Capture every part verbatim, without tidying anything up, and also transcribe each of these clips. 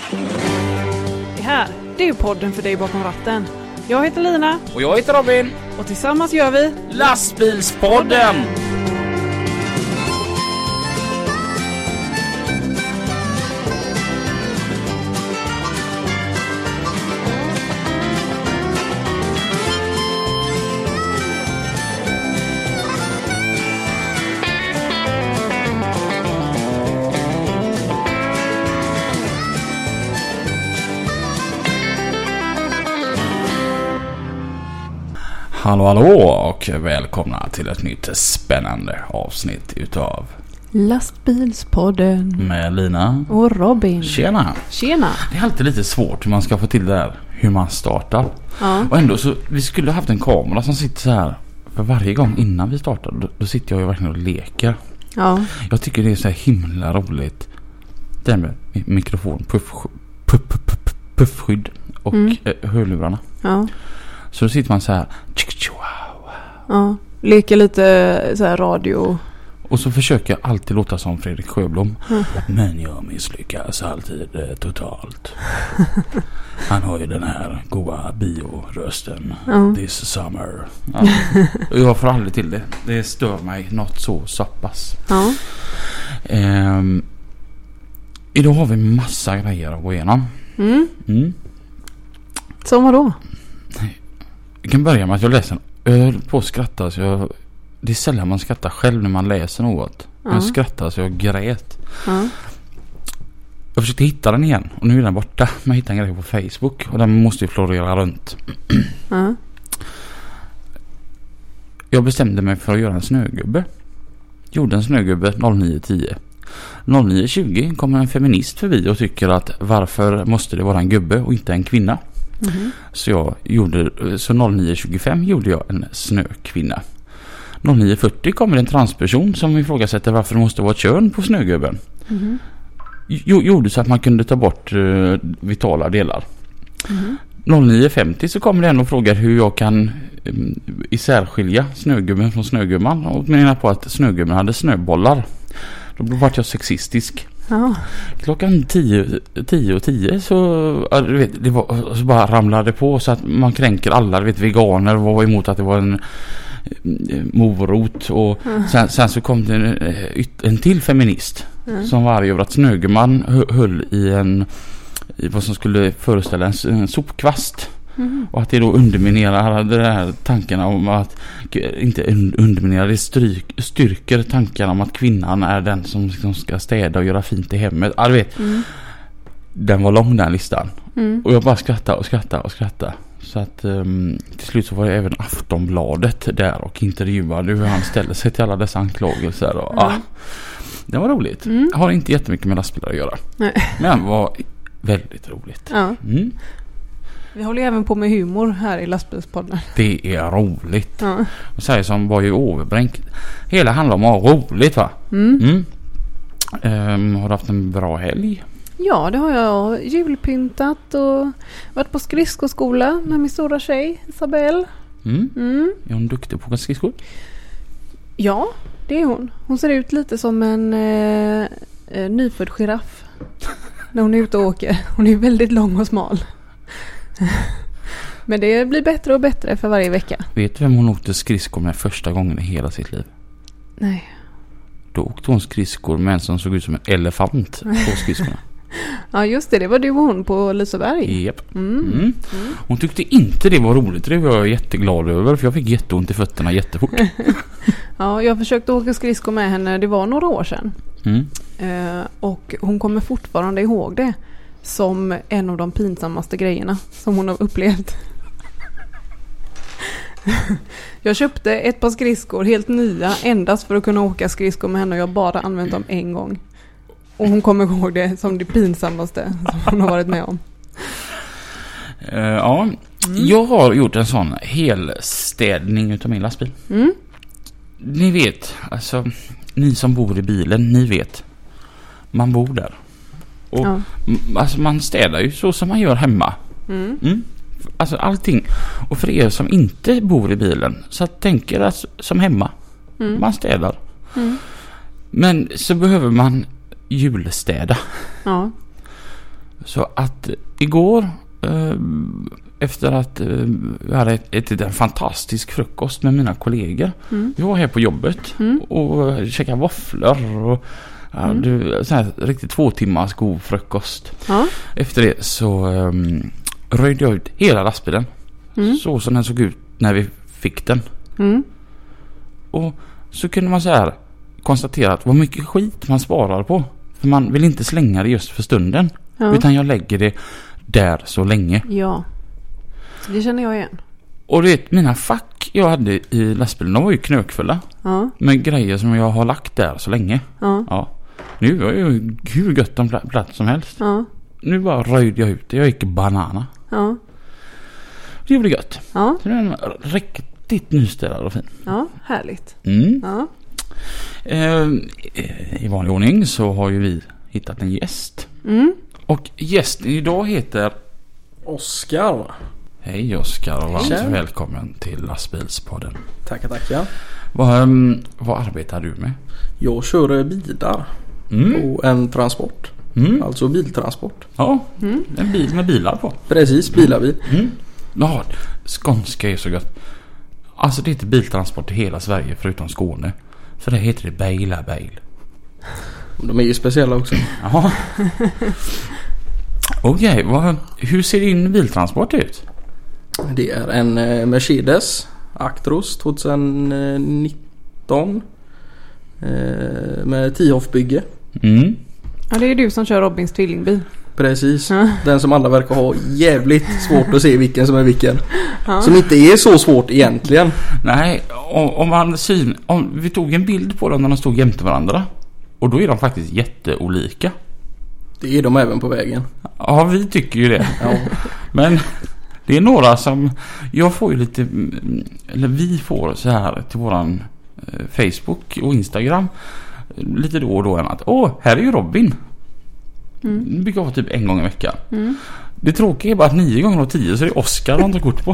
Det här, det är ju podden för dig bakom ratten. Jag heter Lina. Och jag heter Robin. Och tillsammans gör vi Lastbilspodden! Hallå hallå och välkomna till ett nytt spännande avsnitt utav Lastbilspodden med Lina och Robin. Tjena! Tjena! Det är alltid lite svårt hur man ska få till det där, hur man startar. Ja. Och ändå så, vi skulle ha haft en kamera som sitter så här för varje gång innan vi startar. Då, då sitter jag ju verkligen och leker. Ja. Jag tycker det är så här himla roligt. Det med mikrofon, puff, puff, puff, puff, puffskydd och mm. eh, hörlurarna. Ja. Så då sitter man så här. Ja, leker lite så här radio. Och så försöker jag alltid låta som Fredrik Sjöblom. Mm. Men jag misslyckas alltid eh, totalt. Han har ju den här goda biorösten. Mm. This summer. Ja. Jag får aldrig till det. Det stör mig något så sappas. Ja. Ehm, idag har vi massa grejer att gå igenom. Mm. Mm. Som vadå? Jag kan börja med att jag läser en öl på att skratta. Så jag, det är sällan man skrattar själv när man läser något. Ja. Jag skrattar så jag grät. Ja. Jag försökte hitta den igen. Och nu är den borta. Men jag hittade en grej på Facebook. Och den måste ju florera runt. Ja. Jag bestämde mig för att göra en snögubbe. Gjorde en snögubbe nio tio. nio tjugo kommer en feminist förbi och tycker att varför måste det vara en gubbe och inte en kvinna? Mm-hmm. Så jag gjorde så nio tjugofem gjorde jag en snökvinna. nio fyrtio kommer en transperson som ifrågasätter varför det måste vara ett kön på snögubben. Mm-hmm. Jo, gjorde så att man kunde ta bort uh, vitala delar. Mm-hmm. nio femtio så kommer det en och frågar hur jag kan um, isärskilja snögubben från snögumman och menar på att snögubben hade snöbollar. Då vart jag sexistisk. Ja. Klockan tio, tio och tio så, ja, du vet, det var, så bara ramlade på så att man kränker alla. Du vet, veganer var emot att det var en morot. Och mm. sen, sen så kom det en, en till feminist mm. som var arg över att snögumman höll i en i vad som skulle föreställa en, en sopkvast. Mm. Och att det då underminerade de här tankarna om att inte underminerade stryk, styrker tankarna om att kvinnan är den som liksom ska städa och göra fint i hemmet. Ja, du vet, mm. den var lång den listan. Mm. Och jag bara skrattade och skrattade och skrattade. Så att um, till slut så var det även Aftonbladet där och intervjuade hur han ställde sig till alla dessa anklagelser. Och, mm. ah, det var roligt. Mm. Har inte jättemycket med lastbilar att göra. Nej. Men var väldigt roligt. Ja. Mm. Vi håller även på med humor här i lastbilspodden. Det är roligt. Ja. Och säger som var ju Overbränk. Hela handlar om att ha roligt, va? Mm. Mm. Um, har du haft en bra helg? Ja, det har jag. Julpyntat och varit på skridskoskola med min stora tjej, Isabel. Mm. Mm. Är hon duktig på skridskor? Ja, det är hon. Hon ser ut lite som en eh, eh, nyfödd giraff när hon är ute och åker. Hon är väldigt lång och smal. Men det blir bättre och bättre för varje vecka. Vet du vem hon åkte skridskor med första gången i hela sitt liv? Nej. Då åkte hon skridskor med en som såg ut som en elefant på skridskorna. Ja, just det. Det var du och hon på Liseberg. Japp. Mm. Mm. Mm. Hon tyckte inte det var roligt. Det var jag jätteglad över. För jag fick jätteont i fötterna jättefort. Ja, jag försökte åka skridskor med henne. Det var några år sedan. Mm. Uh, och hon kommer fortfarande ihåg det som en av de pinsammaste grejerna som hon har upplevt. Jag köpte ett par skridskor helt nya endast för att kunna åka skridskor med henne och jag bara använt dem en gång. Och hon kommer ihåg det som det pinsammaste som hon har varit med om. Uh, ja, mm. Jag har gjort en sån helstädning utav min lastbil. Mm. Ni vet, alltså ni som bor i bilen, ni vet. Man bor där. Och ja. Alltså man städar ju så som man gör hemma. Mm. Mm. Alltså allting. Och för er som inte bor i bilen, så tänker alltså, som hemma. Mm. Man städar. Mm. Men så behöver man julstäda. Ja. Så att igår eh, efter att eh, jag hade ätit en fantastisk frukost med mina kollegor. Mm. Vi var här på jobbet Mm. och käkade våfflor och ja, Mm. du, så här, riktigt två timmars god frukost. Ja. Efter det så um, röjde jag ut hela lastbilen. Mm. Så som den såg ut när vi fick den. Mm. Och så kunde man så här konstatera att vad mycket skit man sparar på. För man vill inte slänga det just för stunden. Ja. Utan jag lägger det där så länge. Ja. Det känner jag igen. Och du vet, mina fack jag hade i lastbilen, de var ju knökfulla. Ja. Med grejer som jag har lagt där så länge. Ja. Ja. Nu är ju hur gött om pla- plats som helst. Ja. Nu bara röjde jag ut det. Jag gick banana. Ja. Det gjorde gött. Ja. Så den var riktigt nystädad och fin. Ja. Härligt. Mm. Ja. Eh, I vanlig ordning så har ju vi hittat en gäst. Mm. Och gästen idag heter Oskar. Hej Oskar och varmt Tja. välkommen till Lastbilspodden. Tackar, tackar. Vad, um, vad arbetar du med? Jag kör bilar Mm. på en transport. Mm. Alltså biltransport. Ja, Mm. en bil med bilar på. Precis, bilabil. Mm. Ja, skånska är så gott. Alltså det heter biltransport i hela Sverige förutom Skåne. För det heter det Bejla Bejl. De är ju speciella också. Jaha. Okej, vad, hur ser din biltransport ut? Det är en eh, Mercedes Actros tjugonitton eh, med tio-hoff-bygge. Mm. Ja, det är du som kör Robins tvillingbil. Precis. Ja. Den som alla verkar ha jävligt svårt att se vilken som är vilken. Ja. Som inte är så svårt egentligen. Nej, om, om man syn, om vi tog en bild på dem när de stod jämte varandra. Och då är de faktiskt jätteolika. Det är de även på vägen. Ja, vi tycker ju det. Ja. Men det är några som jag får ju lite, eller vi får så här till våran eh, Facebook och Instagram lite då och då än att åh, här är ju Robin. Mm. Det brukar vara typ en gång i veckan. Mm. Det tråkiga är bara att nio gånger av tio så är det Oskar han tar kort på.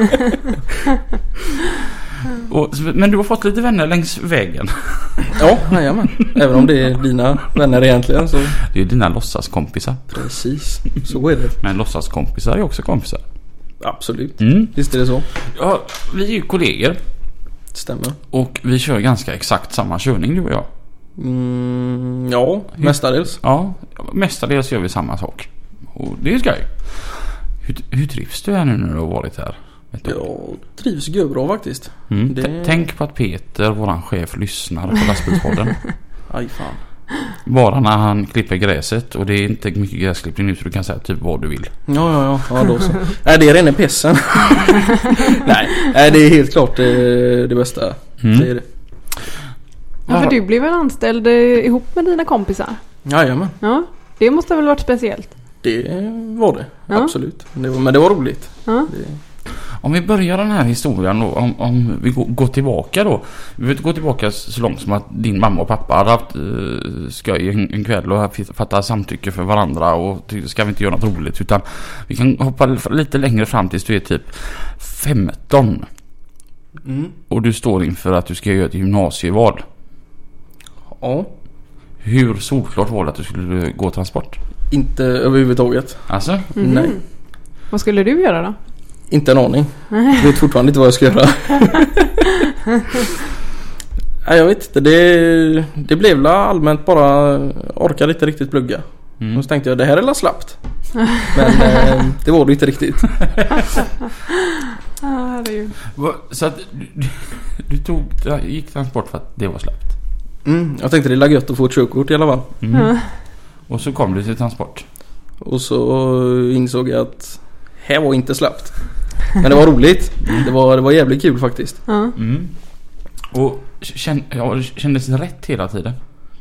och, men du har fått lite vänner längs vägen. Ja, jajamän. Även om det är dina vänner egentligen så... Det är dina låtsaskompisar. Precis, så är det. Men låtsaskompisar är också kompisar. Absolut. Mm. Visst är det så. Ja, vi är ju kollegor. Stämmer. Och vi kör ganska exakt samma körning du och jag. Mm, ja, mestadels. Ja, mestadels gör vi samma sak. Och det är skoj. Hur, hur trivs du här nu när du har varit här? Jag trivs bra faktiskt. Mm. det- T- Tänk på att Peter, våran chef, lyssnar på Lastbilspodden. Aj fan. Bara när han klipper gräset. Och det är inte mycket gräsklippning nu så du kan säga typ vad du vill. Ja, ja, ja. ja då så. Nej, det är rena pessen. nej, nej, det är helt klart det, det bästa. Mm. Det är det. Ja, för du blev väl anställd eh, ihop med dina kompisar? Jajamän. Ja, det måste väl varit speciellt? Det var det. Ja. Absolut. Det var, men det var roligt. Ja. Det, Om vi börjar den här historien då, om, om vi går, går tillbaka då. Vi vill gå tillbaka så långt som att din mamma och pappa hade haft uh, skoj en, en kväll och fattat samtycke för varandra och tyckte, ska vi inte göra något roligt, utan vi kan hoppa lite längre fram tills du är typ femton mm. och du står inför att du ska göra ett gymnasieval. Ja. Hur solklart var det att du skulle gå transport? Inte överhuvudtaget. Alltså? Mhm. Nej. Vad skulle du göra då? Inte en aning. Jag vet fortfarande inte vad jag ska göra. Nej, jag vet inte. Det, det blev väl allmänt bara orkade inte riktigt plugga. Mm. Och så tänkte jag, det här är la slappt. Men eh, det var det inte riktigt. Ja, det är ju... Va- Så att du, du, du tog, gick transport för att det var släppt? Mm, jag tänkte det är la gött att få ett körkort i alla fall. Mm. Ja. Och så kom du till transport. Och så insåg jag att här var inte slappt. Men det var roligt. Det var, det var jävligt kul faktiskt. Ja. Mm. Och känn, ja, kändes det rätt hela tiden?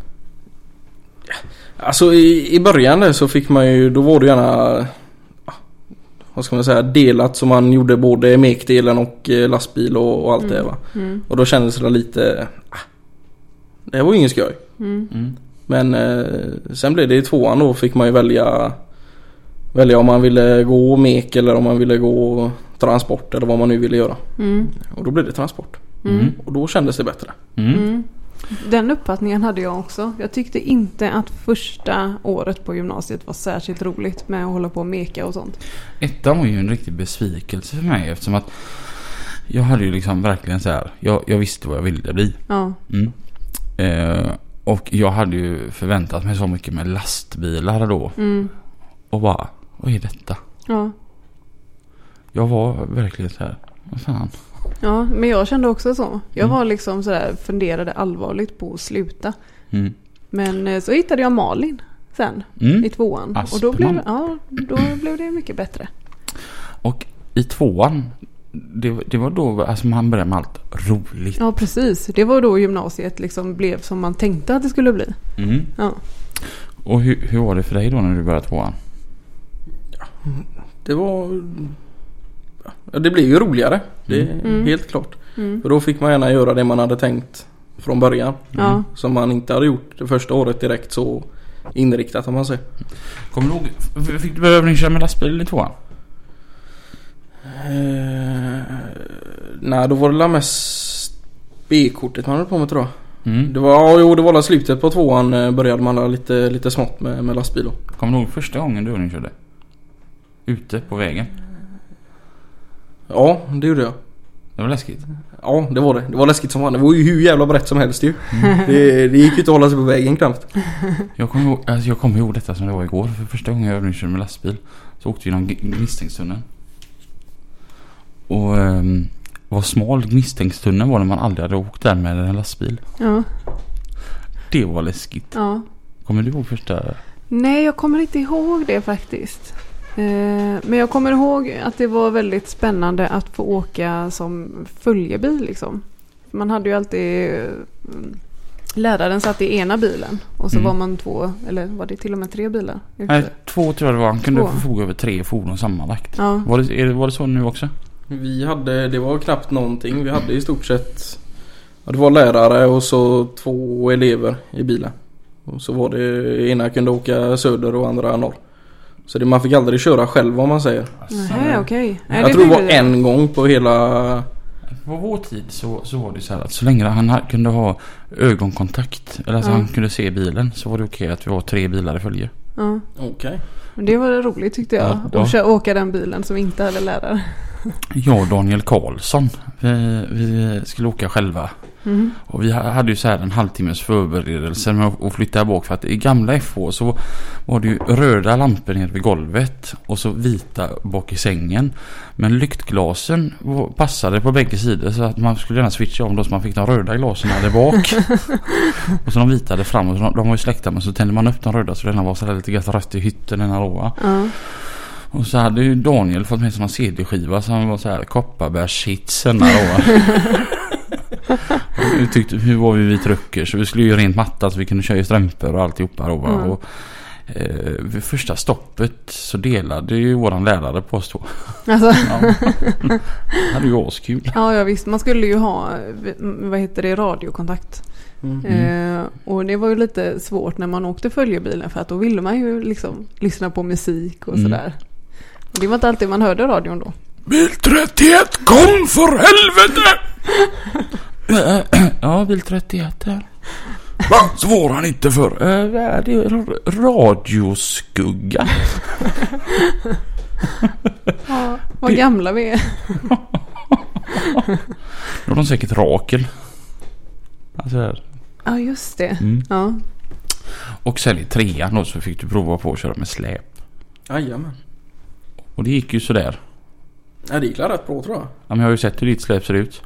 Alltså i, i början där så fick man ju, då var det gärna, vad ska man säga, delat som man gjorde både mekdelen och eh, lastbil och, och allt Mm. det va. Mm. Och då kändes det lite, ah, det här var ju ingen skoj. Mm. Mm. Men eh, sen blev det i tvåan då fick man ju välja, välja om man ville gå mek eller om man ville gå transport eller vad man nu ville göra. Mm. Och då blev det transport. Mm. Mm. Och då kändes det bättre. Mm. Mm. Den uppfattningen hade jag också. Jag tyckte inte att första året på gymnasiet var särskilt roligt med att hålla på och meka och sånt. Ettan var ju en riktig besvikelse för mig eftersom att jag hade ju liksom verkligen så här, jag, jag visste vad jag ville bli. Ja. Mm. Eh, och jag hade ju förväntat mig så mycket med lastbilar då. Mm. Och bara, vad är detta? Ja. Jag var verkligen så här, vad fan? Ja, men jag kände också så. Jag Mm. var liksom sådär, funderade allvarligt på att sluta. Mm. Men eh, så hittade jag Malin sen Mm. i tvåan. Aspman. Och då blev, ja, då blev det mycket bättre. Och i tvåan, det, det var då alltså man började med allt roligt. Ja, precis. Det var då gymnasiet liksom blev som man tänkte att det skulle bli. Mm. Ja. Och hur, hur var det för dig då när du började tvåan? Det var... Ja, det blev ju roligare. Det är Mm. helt klart. Mm. För då fick man gärna göra det man hade tänkt från början. Ja. Som man inte hade gjort det första året direkt så inriktat om man säger. Kommer du ihåg, fick du börja övningsköra med lastbil i tvåan? Eh, nej, då var det mest B-kortet man höll på med tror jag. Mm. Det var, ja, jo, det var slutet på tvåan eh, började man lite, lite smått med, med lastbil då. Kommer du ihåg första gången du övningskörde? Ute på vägen? Ja, det gjorde jag. Det var läskigt. Ja, det var det. Det var läskigt som fan. Det var ju hur jävla brett som helst ju. Det, det gick ju inte att hålla sig på vägen knappt. Jag kommer ihåg, alltså jag kommer ihåg detta som det var igår. För första gången jag övningskörde med lastbil så åkte vi genom Gnistingstunneln. Och um, vad smal Gnistingstunneln var när man aldrig hade åkt där med en lastbil. Ja. Det var läskigt. Ja. Kommer du ihåg första? Nej, jag kommer inte ihåg det faktiskt. Eh, men jag kommer ihåg att det var väldigt spännande att få åka som följebil liksom. Man hade ju alltid... eh, Läraren satt i ena bilen och så Mm. var man två, eller var det till och med tre bilar? Nej, två tror jag det var. Han kunde Två. förfoga över tre fordon sammanlagt. Ja. Var det, är det, var det så nu också? Vi hade, det var knappt någonting. Vi hade i stort sett, ja, det var lärare och så två elever i bilen. Och så var det, ena kunde åka söder och andra norr. Så det, man fick aldrig köra själv om man säger. Nej, okej. Nej, Jag tror det var gjorde en gång på hela... På vår tid så, så var det så här att så länge han ha- kunde ha ögonkontakt eller alltså Ja. han kunde se bilen så var det okej att vi var tre bilar i följe. Ja. Okej. Men det var roligt tyckte jag. Ja, ja. Att köra, åka den bilen som inte hade lärare. Jag och Daniel Karlsson vi, vi skulle åka själva. Mm. Och vi ha- hade ju så här en halvtimmes förberedelse med att att flytta bak för att i gamla F H så var det ju röda lampor ner vid golvet och så vita bak i sängen. Men lyktglasen var, passade på bägge sidor så att man skulle gärna switcha om då så man fick de röda glasen där bak. Och så de vita hade fram och så de, de var ju släckta men så tände man upp de röda så den var så där lite gött rött i hytten den här då. Ja. Och så hade ju Daniel fått med sig en C D-skiva som var så här kopparbärshitsen där då. Och vi tyckte, hur var vi vid trucker så vi skulle ju rent matta så vi kunde köra i strömpor och alltihopa då. Mm. Och eh, vid första stoppet så delade ju våran lärare på oss två. Alltså, Ja. Det hade ju askul. ja, ja visst. Man skulle ju ha, vad heter det, radiokontakt. Mm. Eh, och det var ju lite svårt när man åkte följebilen för att då ville man ju liksom lyssna på musik och Mm. sådär. Och det var inte alltid man hörde radion då. Bil trettioett, kom för helvete! Ja, bil trettioett här. Va? Svarar han inte för? Uh, det är radioskugga. Ja, vad Det- gamla vi är. Då har de säkert Rakel. Alltså här. Ja, just det. Mm. Ja. Och sen i trean då så fick du prova på att köra med släp. Jajamän. Och det gick ju sådär. Ja, det gick rätt bra tror jag. Ja, men jag har ju sett hur ditt släp ser ut.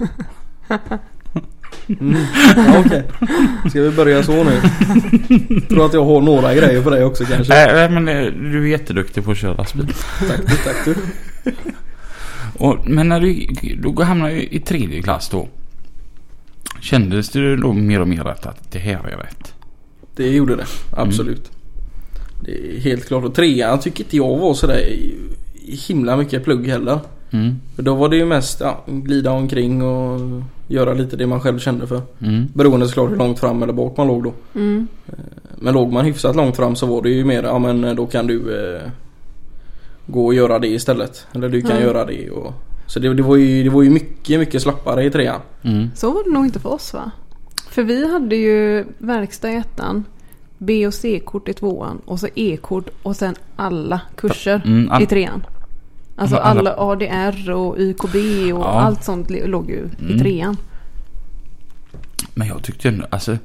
Mm. Ja, okej. Ska vi börja så nu? Tror att jag har några grejer på dig också kanske. Nej, men eh, du är jätteduktig på att köra lastbil. Tack du, tack du. Och, men när du då hamnade du i tredje klass då. Kändes det då mer och mer rätt att det här är rätt? Det gjorde det, absolut. Det är helt klart. Och trean tycker inte jag var sådär himla mycket plugg heller. Mm. För då var det ju mest ja, glida omkring och göra lite det man själv kände för. Mm. Beroende såklart hur långt fram eller bak man låg då. Mm. Men låg man hyfsat långt fram så var det ju mer, ja men då kan du eh, gå och göra det istället. Eller du kan Mm. göra det. Och, så det, det, var ju, det var ju mycket, mycket slappare i trean. Mm. Så var det nog inte för oss va? För vi hade ju verkstad i ettan, B- och C-kort i tvåan och så E-kort och sen alla kurser Mm, all... i trean. Alltså alla... alla A D R och Y K B och ja. allt sånt låg ju Mm. i trean. Men jag tyckte ändå, alltså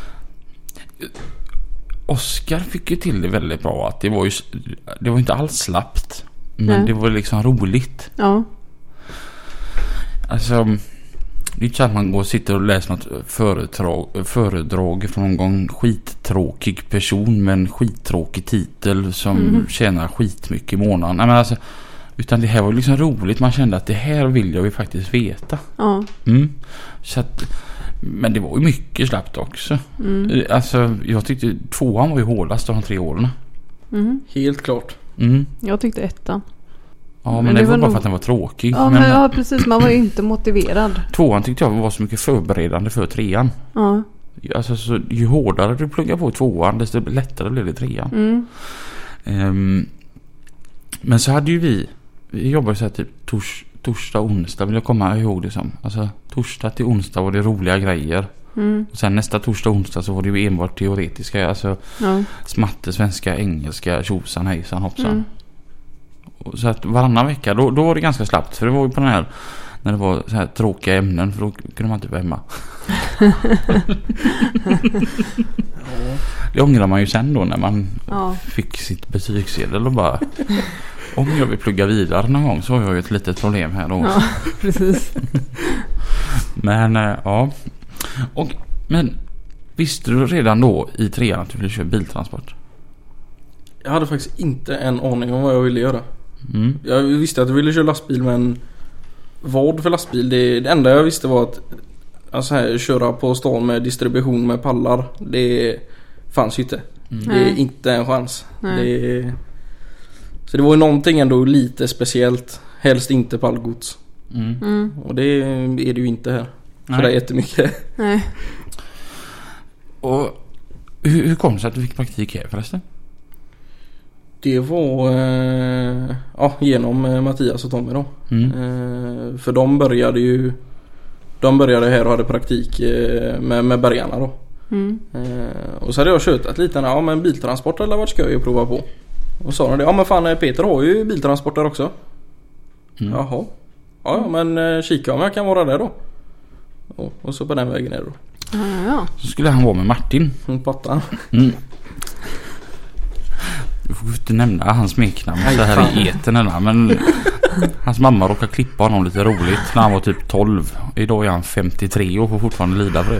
Oscar fick ju till det väldigt bra. Att det var ju, det var inte alls slappt. Men Nej. det var liksom roligt. Ja. Alltså, det är inte så att man går och sitter och läser något föredrag, föredrag från någon gång skittråkig person med en skittråkig titel som Mm. tjänar skitmycket i månaden. Nej, men alltså, utan det här var liksom roligt. Man kände att det här vill jag ju faktiskt veta. Ja. Mm. Så att, men det var ju mycket slappt också. Mm. Alltså, jag tyckte tvåan var ju hårdast av de tre åren. Mm. Helt klart. Mm. Jag tyckte ettan. Ja, men, Men det, det var, var bara nog- för att den var tråkig. Ja, men men, ja, precis. Man var ju inte motiverad. tvåan tyckte jag var så mycket förberedande för trean. Ja. Alltså, så, ju hårdare du pluggar på tvåan, desto lättare blev det trean. Mm. Ehm, men så hade ju vi, vi jobbade så här typ tors, torsdag, onsdag vill jag komma ihåg det som. Alltså torsdag till onsdag var det roliga grejer. Mm. Och sen nästa torsdag, onsdag så var det ju enbart teoretiska. Alltså Ja. matte, svenska, engelska, tjosan, hejsan, hoppsan. Mm. Och så att varannan vecka, då, då var det ganska slappt. För det var ju på den här, när det var så här tråkiga ämnen, för då kunde man inte vara hemma. Ja. Det ångrar man ju sen då när man Ja. fick sitt betygssedel och bara, om jag vill plugga vidare någon gång så har jag ju ett litet problem här då. Ja, precis. Men äh, ja. Och, men visste du redan då i trean att du ville köra biltransport? Jag hade faktiskt inte en aning om vad jag ville göra. Mm. Jag visste att jag ville köra lastbil, men vad för lastbil? Det, det enda jag visste var att alltså här, köra på stan med distribution med pallar, det fanns ju inte. Mm. Det är Nej. inte en chans. Nej. Det, så det var ju någonting ändå lite speciellt. Helst inte pallgods. Mm. Mm. Och det är det ju inte här. Så Nej. det är jättemycket. Nej. Och hur, hur kom det sig att du fick praktik här förresten? Det var eh, ja, genom eh, Mattias och Tommy då. Mm. Eh, för de började ju De började här och hade praktik eh, med, med bergarna då. Mm. Eh, och så hade jag köttat lite. Ja, men biltransport eller vad ska jag ju prova på? Och sa de det. Ja, men fan, Peter har ju biltransporter också. Mm. Jaha. Ja, ja, men eh, kika om jag kan vara där då. Och, och så på den vägen är det då. Ja, ja. Så skulle han vara med Martin. Hon pattar. Mm. Du får inte nämna hans smeknamn så här i etern eller, men hans mamma råkade klippa honom lite roligt när han var typ tolv. Idag är han femtiotre och får fortfarande lida för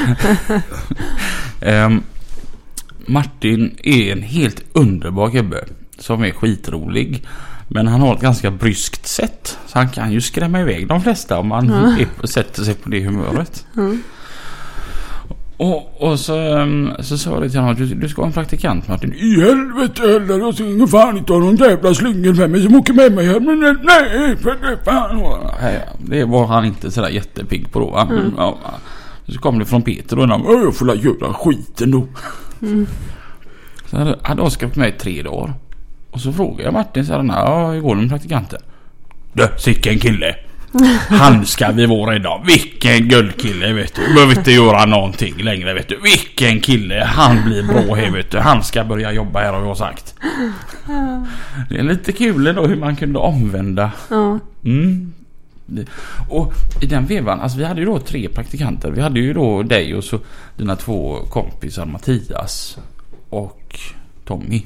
det. um, Martin är en helt underbar gubbe som är skitrolig. Men han har ett ganska bryskt sätt. Så han kan ju skrämma iväg de flesta om man Ja. är, sätter sig på det humöret. Mm. Och, och så, um, så sa jag till honom att du, du ska vara en praktikant, Martin. I helvete heller, jag ska fan inte ha någon jävla slyngel med mig som åker med mig här. Men nej, för det fan. Nej, det var han inte sådär jättepigg på då. Va? Mm. Ja, så kom det från Peter och han, jag får la göra skiten då. Mm. Så hade, hade Oskar på mig i tre dagar. Och så frågade jag Martin så här, ja, hur går det med praktikanten? Du, sicken kille. Han ska vi vara idag. Vilken guldkille, vet du. Behöver inte göra någonting längre, vet du. Vilken kille. Han blir bra här, vet du. Han ska börja jobba här, har jag sagt. Det är lite kul då hur man kunde omvända. Ja. Mm. Och i den vevan, alltså vi hade ju då tre praktikanter. Vi hade ju då dig och så dina två kompisar Mattias och Tommy.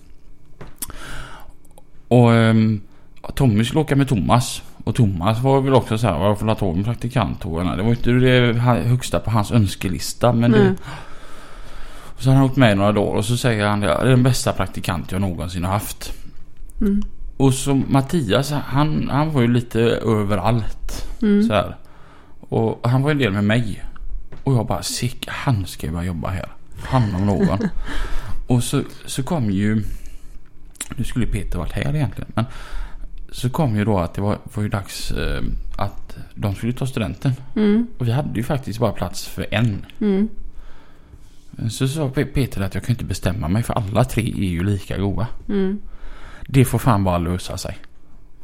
Och um, Tommy skulle åka med Thomas. Och Thomas var väl också så här, varför la ta en praktikant? Det var inte det högsta på hans önskelista. Men det, så har han åkt med några dagar och så säger han, det är den bästa praktikant jag någonsin har haft. Mm. Och så Mattias, han, han var ju lite överallt. Mm. Så här. Och han var en del med mig. Och jag bara, sick, han ska ju bara jobba här. Han om någon. Och så, så kom ju, nu skulle Peter varit här egentligen, men så kom ju då att det var, var ju dags eh, att de skulle ta studenten. Mm. Och vi hade ju faktiskt bara plats för en. Mm. Så sa Peter att jag kan inte bestämma mig, för alla tre är ju lika goda. Mm. Det får fan bara lösa sig.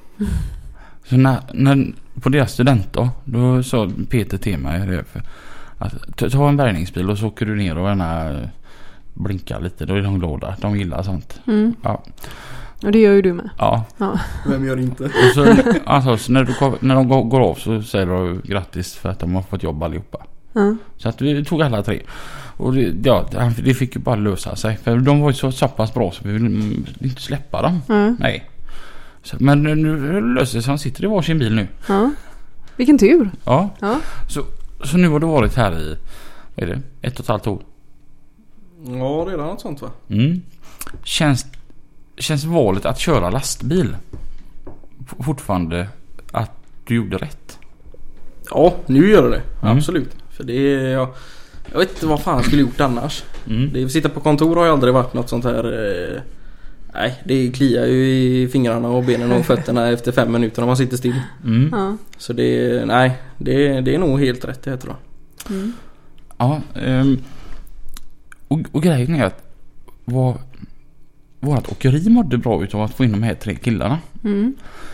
Så när, när, på deras student då, då sa Peter till mig det, för Att, ta, ta en bärgningsbil och så åker du ner och ena blinkar lite. Då är de glada. De gillar sånt. Mm. Ja. Och det gör ju du med. Ja. Ja. Vem gör inte? Och så, alltså, så när, du, när de går, går av så säger de grattis för att de har fått jobba allihopa. Ja. Så att vi tog alla tre. Och det, ja, det fick ju bara lösa sig. För de var ju så, så pass bra så vi ville inte släppa dem. Ja. Nej. Så, men nu löser det sig. Han sitter i varsin bil nu. Ja. Vilken tur. Ja. Ja. Så, så nu har du varit här i, vad är det? Ett och ett halvt år. Ja, redan något sånt va? Mm. Känns, känns valet att köra lastbil fortfarande att du gjorde rätt? Ja, nu gör det. Mm. Absolut. För det är... Jag, jag vet inte vad fan jag skulle gjort annars. Mm. Det, sitta på kontor har ju aldrig varit något sånt här... Eh, nej, det kliar ju i fingrarna och benen och fötterna efter fem minuter när man sitter still. Mm. Ja. Så det... Nej, det, det är nog helt rätt det tror jag. Mm. Ja, um, och, och grejen är att vad, vårat åkeri mådde bra utav att få in de här tre killarna. Mm.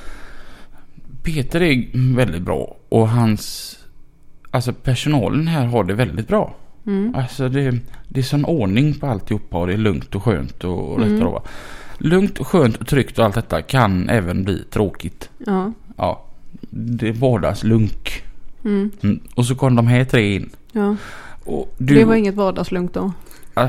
Peter är väldigt bra och hans, alltså personalen här har det väldigt bra. Mm. Alltså det, det är sån ordning på alltihopa och det är lugnt och skönt och, och Mm. rätt och lugnt och skönt och tryggt och allt detta kan även bli tråkigt. Ja. Ja, det är vardagslunk. Mm. Mm. Och så kom de här tre in. Ja. Och du, Det var inget vardagslugnt då. Äh,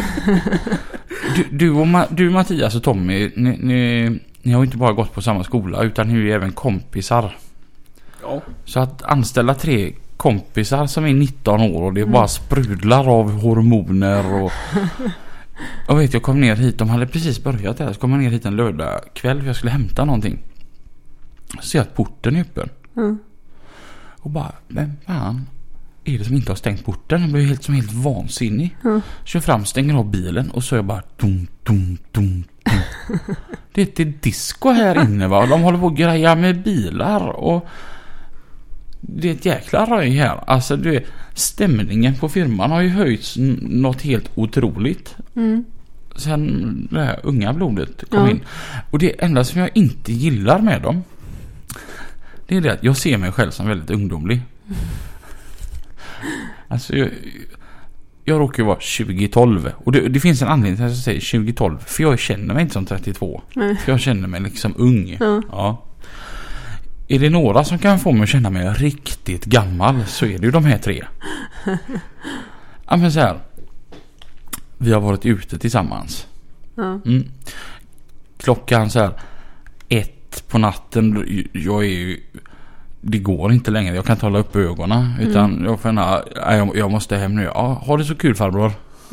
du, du, och Ma- du, Mattias och Tommy, ni, ni, ni har ju inte bara gått på samma skola utan ni är ju även kompisar. Ja. Så att anställa tre kompisar som är nitton år och det Mm. bara sprudlar av hormoner och... Jag vet, jag kom ner hit, de hade precis börjat där, så kom jag ner hit en lördag kväll för jag skulle hämta någonting. Så ser jag att porten är öppen. Mm. Och bara, vem fan är det som inte har stängt porten? Jag blev helt som helt vansinnig. Mm. Kör fram, stänger av bilen och så är jag bara dum, dum, dum, dum. Det är ett disco här inne va? De håller på att greja med bilar och det är ett jäkla röj här. Alltså du vet, stämningen på firman har ju höjts n- något helt otroligt. Mm. Sen det här unga blodet kom Ja. in. Och det enda som jag inte gillar med dem, det är det att jag ser mig själv som väldigt ungdomlig. Alltså jag, jag råkar ju vara tjugo tolv och det, det finns en anledning till att jag säger tjugo tolv för jag känner mig inte som trettiotvå. Nej. För jag känner mig liksom ung. Ja. Ja. Är det några som kan få mig att känna mig riktigt gammal så är det ju de här tre. Ja men så här. Vi har varit ute tillsammans. Ja. Mm. Klockan så här ett på natten. Jag är ju, det går inte längre. Jag kan inte hålla upp ögonen utan Mm. jag finner, jag, jag måste hem nu. Ja, har det så kul farbror.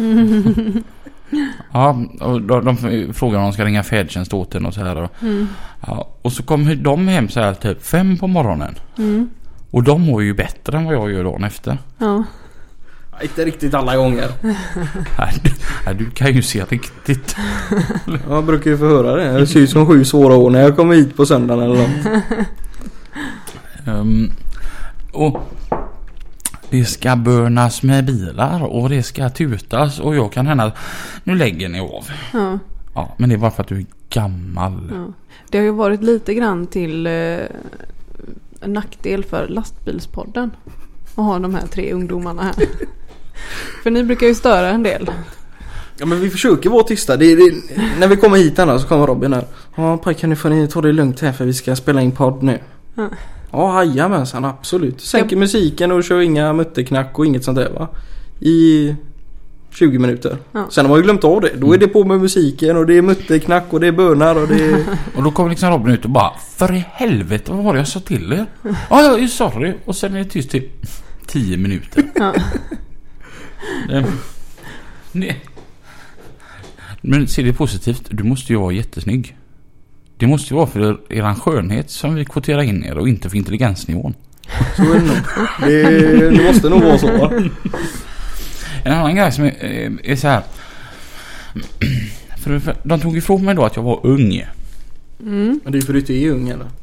Ja, och de, de frågar om de ska ringa färdtjänst åt den och så här. Och, Mm. ja, och så kommer de hem så här typ fem på morgonen. Mm. Och de mår ju bättre än vad jag gör dagen efter. Ja. Inte riktigt alla gånger. Nej, du, nej, du kan ju se riktigt. Jag brukar ju få höra det. Jag ser ut som sju svåra år när jag kommer hit på söndagen eller något. Um, och det ska börnas med bilar och det ska tutas och jag kan hända nu lägger ni av. Ja. Ja, men det är bara för att du är gammal. Ja. Det har ju varit lite grann till eh, en nackdel för lastbilspodden att ha de här tre ungdomarna här. För ni brukar ju störa en del. Ja men vi försöker vara tysta. Det är, det, när vi kommer hit annars så kommer Robin här. Ja pojkar nu får ni ta det lugnt här för vi ska spela in podd nu. Ja. Ja jajamensan absolut. Sänker Ja. musiken och kör inga mutterknack och inget sånt där va. I tjugo minuter. Ja. Sen har man ju glömt av det. Då är det på med musiken och det är mutterknack och det är bönar och det är... Och då kommer liksom Robin ut och bara, för i helvete, vad var det jag sa till er? Ja, ja, sorry. Och sen är det tyst typ tio minuter. Ja. Det, nej. Men ser det positivt, du måste ju vara jättesnygg. Det måste ju vara för er skönhet som vi kvoterar in er och inte för intelligensnivån. Så är det nog. Det, det måste nog vara så va? En annan grej som är, är så här. För, för de tog ifrån mig då att jag var ung. Mm. Men det är för att du är ung eller?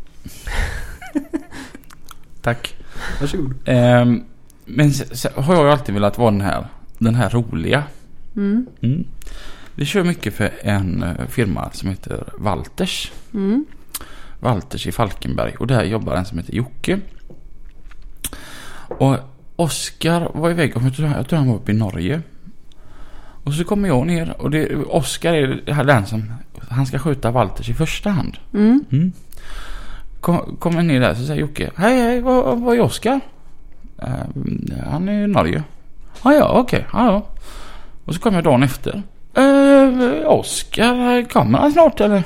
Tack. Varsågod. Um, men så, så har jag ju alltid velat vara den här, den här roliga. Mm. Mm. Vi kör mycket för en uh, firma som heter Walters. Mm. Walters i Falkenberg. Och där jobbar en som heter Jocke. Och Oskar var iväg och jag tror jag tror han var uppe i Norge. Och så kommer jag ner och det, Oskar är den som han ska skjuta Walters i första hand. Mm. Mm. Kom, kommer ner där så säger Jocke, hej hej, vad, vad är Oskar? Uh, han är i Norge. Ah, ja, okej, okay. ah, ja. Och så kommer jag dagen efter. Uh, Oskar, kommer han snart eller?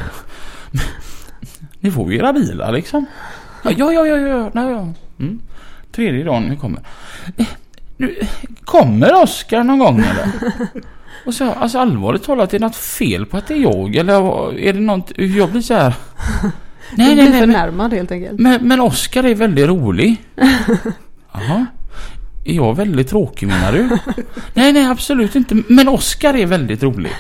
Ni får ju era bilar liksom. Ja, ja, ja, ja, ja. Nej, ja. Mm. Tredje dagen ni kommer. Nu, kommer Oskar någon gång eller? Och så, alltså allvarligt talat, är det något fel på att det är jag? Eller är det något, jag blir så här... Nej, nej, nej, förnärmad helt enkelt. Men, men Oskar är väldigt rolig. Jaha. Är jag väldigt tråkig menar du? Nej, nej, absolut inte. Men Oskar är väldigt rolig.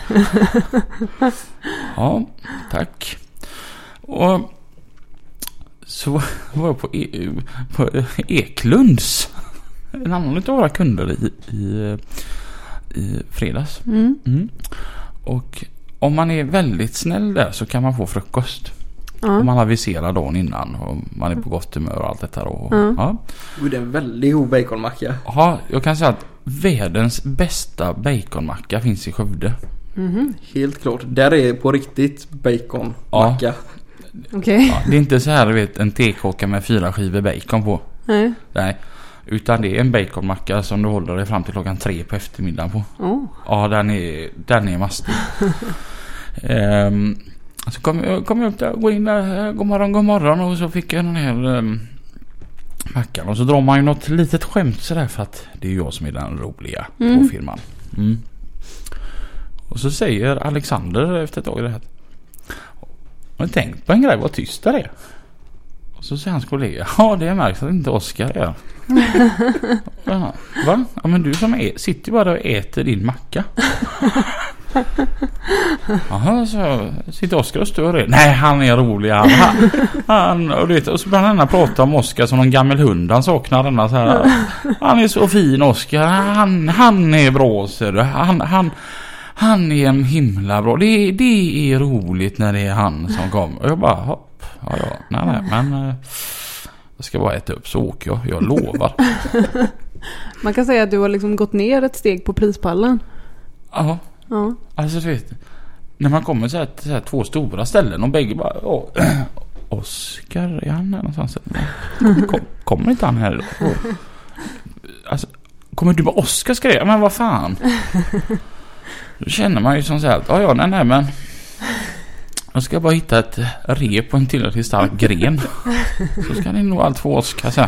Ja, tack. Och så var jag på, e- på Eklunds. En annan av våra kunder i, i, i fredags. Mm. Mm. Och om man är väldigt snäll där så kan man få frukost. Ja. Om man aviserar dagen innan och man är på gott humör och allt detta. Och, ja. Ja. Och det är en väldigt god baconmacka. Ja, jag kan säga att världens bästa baconmacka finns i Skövde. Mm-hmm. Helt klart. Där är på riktigt baconmacka. Ja. Okej. Okay. Ja, det är inte så här, du vet, en tekocka med fyra skivor bacon på. Nej. Nej. Utan det är en baconmacka som du håller dig fram till klockan tre på eftermiddagen på. Oh. Ja, den är, den är mastig. um, så kom jag, kom jag upp där, går in där, god morgon, god morgon. Och så fick jag den här um, mackan. Och så drar man ju något litet skämt sådär för att det är jag som är den roliga mm. på firman. Mm. Och så säger Alexander efter ett tag det här. Har ni tänkt på en grej, vad tyst det är? Och så säger hans kollega, ja det är märkt att inte Oskar är. Ja, va? Ja men du som är, sitter bara och äter din macka. Jaha, så sitter Oskar och stör det. Nej, han är rolig. Han, han, och, det, och så börjar han prata om Oskar som någon gammal hund. Han saknar denna så här. Han är så fin Oskar. Han, han är bra så han, han Han är en himla bra. Det, det är roligt när det är han som kommer. Och jag bara, hopp. Ja, ja. Nej, nej, men uh, jag ska bara äta upp så åker jag. Jag lovar. Man kan säga att du har liksom gått ner ett steg på prispallen. Ja. Ja. Alltså du vet, när man kommer så här, till så här två stora ställen och bägge bara, åh, Oskar, är han här någonstans? Kom, kommer inte han här idag? Oh. Alltså, kommer du med Oskar ska jag? Men vad fan? Då känner man ju som så här, ja ja, nej nej men jag ska bara hitta ett rep på en tillräckligt stark gren. Så ska ni nog allt få Oskar så här.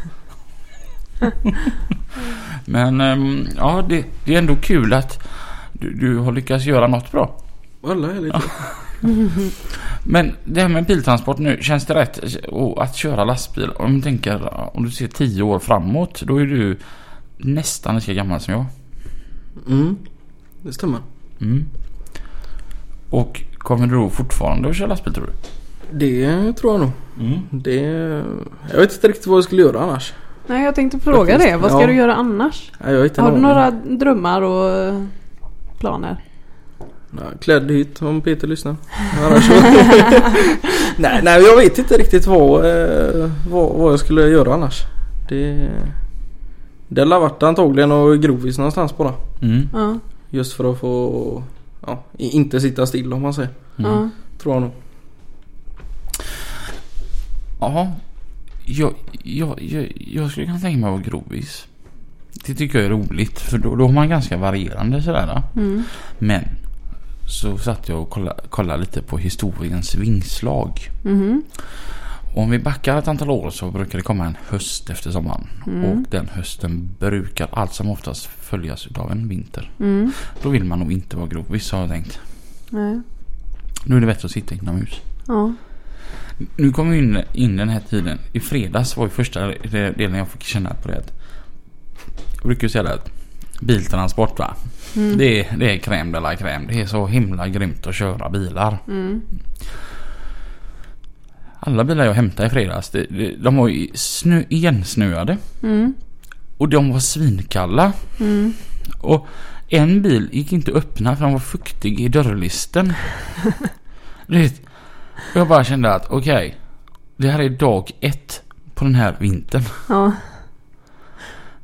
Men um, ja, det, det är ändå kul att du, du har lyckats göra något bra. Alla är lite. Men det här med biltransport nu, känns det rätt att köra lastbil? Om du tänker, om du ser tio år framåt, då är du nästan lika gammal som jag. Mm, det stämmer. Mm. Och kommer du då fortfarande att köra lastbil, tror du? Det tror jag nog. Mm. Det, jag vet inte riktigt vad jag skulle göra annars. Nej, jag tänkte fråga det. Vad ska ja. du göra annars? Ja, jag vet Har du någon. några drömmar och planer? Ja, klädd hit om Peter lyssnar. nej, nej, jag vet inte riktigt vad, eh, vad, vad jag skulle göra annars. Det, det har varit antagligen och grovis någonstans bara. Mm. Ja. Just för att få ja, inte sitta still om man säger. Mm. Ja. Tror jag nog. Ja, jag, jag, jag, jag skulle kunna tänka mig att vara grovis. Det tycker jag är roligt, för då, då har man ganska varierande sådär. Mm. Men så satt jag och kollade, kollade lite på historiens vingslag. Mm. Om vi backar ett antal år så brukar det komma en höst efter sommaren. Mm. Och den hösten brukar allt som oftast följas av en vinter. Mm. Då vill man nog inte vara grovis, har jag tänkt. Nej. Nu är det bättre att sitta inomhus. Ja. Nu kommer vi in, in den här tiden. I fredags var ju första delen jag fick känna på det. Jag brukar ju säga att biltransport, va? Mm. Det, är, det är crème de la crème. Det är så himla grymt att köra bilar. Mm. Alla bilar jag hämtade i fredags, de, de, de var ju snö, igensnöade. Mm. Och de var svinkalla. Mm. Och en bil gick inte att öppna för den var fuktig i dörrlisten. Det, jag bara kände att okej, okay, det här är dag ett på den här vintern. Ja.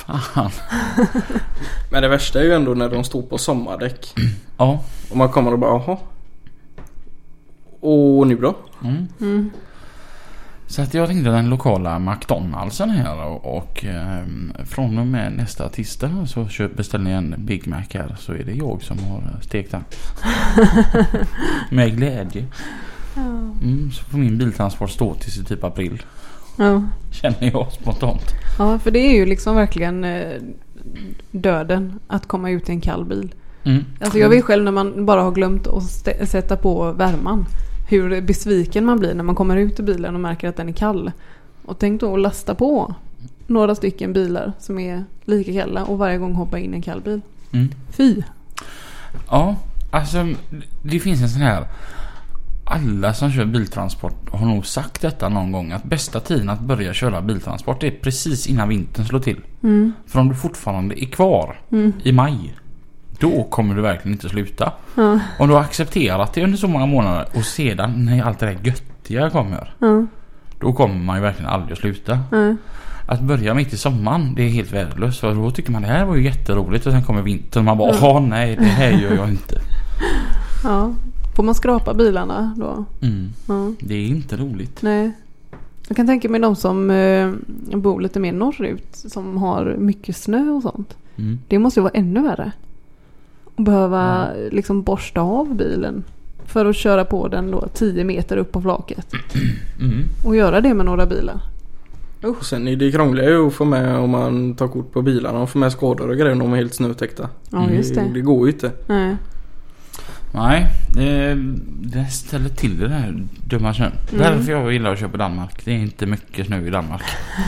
fan. Men det värsta är ju ändå när de står på sommardäck. Ja. Och man kommer och bara, jaha. Och nu då? Mm. Mm. Så att jag ringde den lokala McDonald'sen här och, och eh, från och med nästa tisdag så köp, beställer jag en Big Mac här, så är det jag som har stekt den. Med glädje. Ja. Mm, så får min biltransport stå till typ april. Ja. Känner jag spontant. Ja, för det är ju liksom verkligen eh, döden att komma ut i en kall bil. Mm. Alltså jag vet själv när man bara har glömt att st- sätta på värman. Hur besviken man blir när man kommer ut i bilen och märker att den är kall. Och tänk då att lasta på några stycken bilar som är lika kalla och varje gång hoppa in i en kall bil. Mm. Fy. Ja, alltså det finns en sån här, alla som kör biltransport har nog sagt detta någon gång, att bästa tiden att börja köra biltransport är precis innan vintern slår till. Mm. För om du fortfarande är kvar Mm. i maj, då kommer du verkligen inte sluta. Ja. Om du har accepterat det under så många månader och sedan när allt det där göttiga kommer, Ja. då kommer man ju verkligen aldrig att sluta. Ja. Att börja mitt i sommaren, det är helt värdelöst. För då tycker man det här var ju jätteroligt och sen kommer vintern och man bara, åh nej, det här gör jag inte. Ja. Får man skrapa bilarna då? Mm. Ja. Det är inte roligt. Nej. Jag kan tänka mig de som eh, bor lite mer norrut, som har mycket snö och sånt. Mm. Det måste ju vara ännu värre. Att behöva mm. liksom borsta av bilen för att köra på den då tio meter upp på flaket. Mm. Och göra det med några bilar. Och sen är det krångliga ju att få med om man tar kort på bilarna och får med skador och grejer när de är helt snötäckta. Ja, just det. Det, det går ju inte. Nej. Nej, det, det ställer till det här dumma snön. Mm. Därför jag gillar att köpa Danmark. Det är inte mycket snö i Danmark.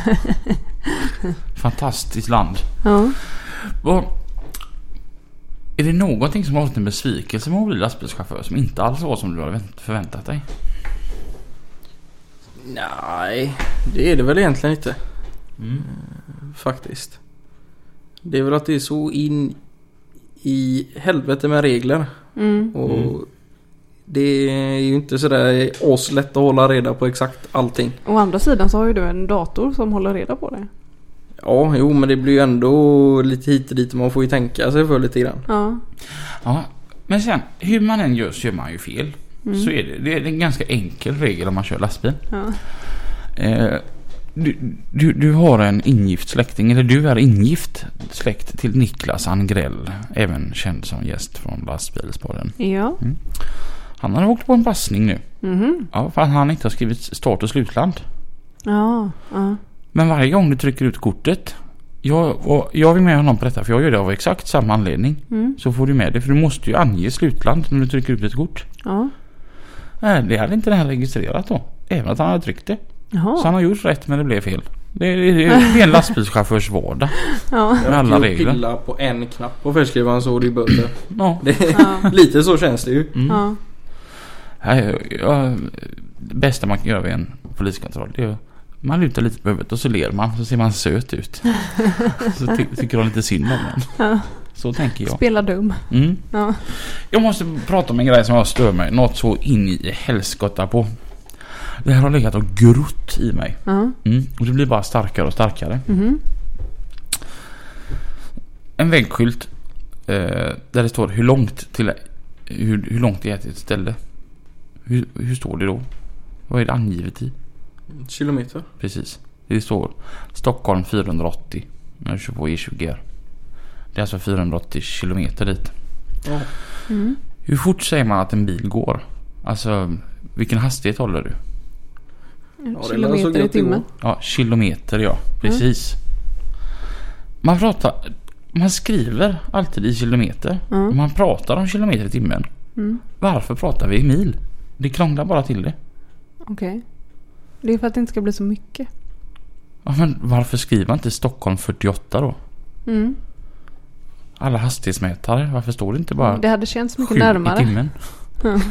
Fantastiskt land. Ja. Och är det någonting som har varit en besvikelse med att bli lastbilschaufför som inte alls var som du hade förväntat dig? Nej, det är det väl egentligen inte. Mm. Faktiskt. Det är väl att det är så in i helvete med regler. Mm. Och Mm. det är ju inte sådär aslätt att hålla reda på exakt allting. Å andra sidan så har ju du en dator som håller reda på det. Ja, jo, men det blir ju ändå lite hit och dit. Man får ju tänka sig för lite grann. Ja. Ja, men sen hur man än gör så gör man ju fel. Mm. Så är det. Det är en ganska enkel regel om man kör lastbil. Ja. Eh, du, du, du har en ingift släkting, eller du är ingift släkt till Niklas Angrell, även känd som gäst från lastbilspodden. Ja. Han har åkt på en passning nu. Mhm. Ja, för att han inte har skrivit start- och slutland. Ja. Ja. Men varje gång du trycker ut kortet, jag, och jag vill med honom på detta, för jag gör det av exakt samma anledning. Mm. Så får du med det, för du måste ju ange slutland när du trycker ut ett kort. Ja. Nej, det hade inte den här registrerat då, även att han hade tryckt det. Jaha. Så han har gjort rätt, men det blev fel. Det är, det är, det är en lastbilschaufförs vardag. Ja. Med alla Jag regler. pilla på en knapp på färdskrivaren så är det böter. Ja. Det är, Ja. lite så känns det ju. Mm. Ja. Nej, jag, det bästa man kan göra vid en poliskontroll, det är att man lutar lite på huvudet och så ler man, så ser man söt ut. Så ty, tycker de lite synd om den. Ja. Så tänker jag. Spela dum. Mm. Ja. Jag måste prata om en grej som jag stör mig något så in i helskotta på. Det här har legat och grott i mig. Ja. Mm. Och det blir bara starkare och starkare. Mhm. En väggskylt eh, där det står hur långt till hur, hur långt det är till ett ställe. Hur, hur står det då? Vad är det angivet i? Kilometer. Precis. Det står Stockholm fyrahundraåttio. När du kör på E tjugo R. Det är alltså fyrahundraåttio kilometer dit. Ja. Mm. Hur fort säger man att en bil går? Alltså, vilken hastighet håller du? En Ja, det kilometer lär så i gott timmen. det Ja, kilometer, ja. Precis. Man pratar... Man skriver alltid i kilometer. Mm. Och man pratar om kilometer i timmen. Mm. Varför pratar vi i mil? Det krånglar bara till det. Okej. Det är för att det inte ska bli så mycket. Ja, men varför skriver man inte Stockholm fyrtioåtta då? Mm. Alla hastighetsmätare, varför står det inte bara Det hade känts mycket sju närmare. i timmen? Ja.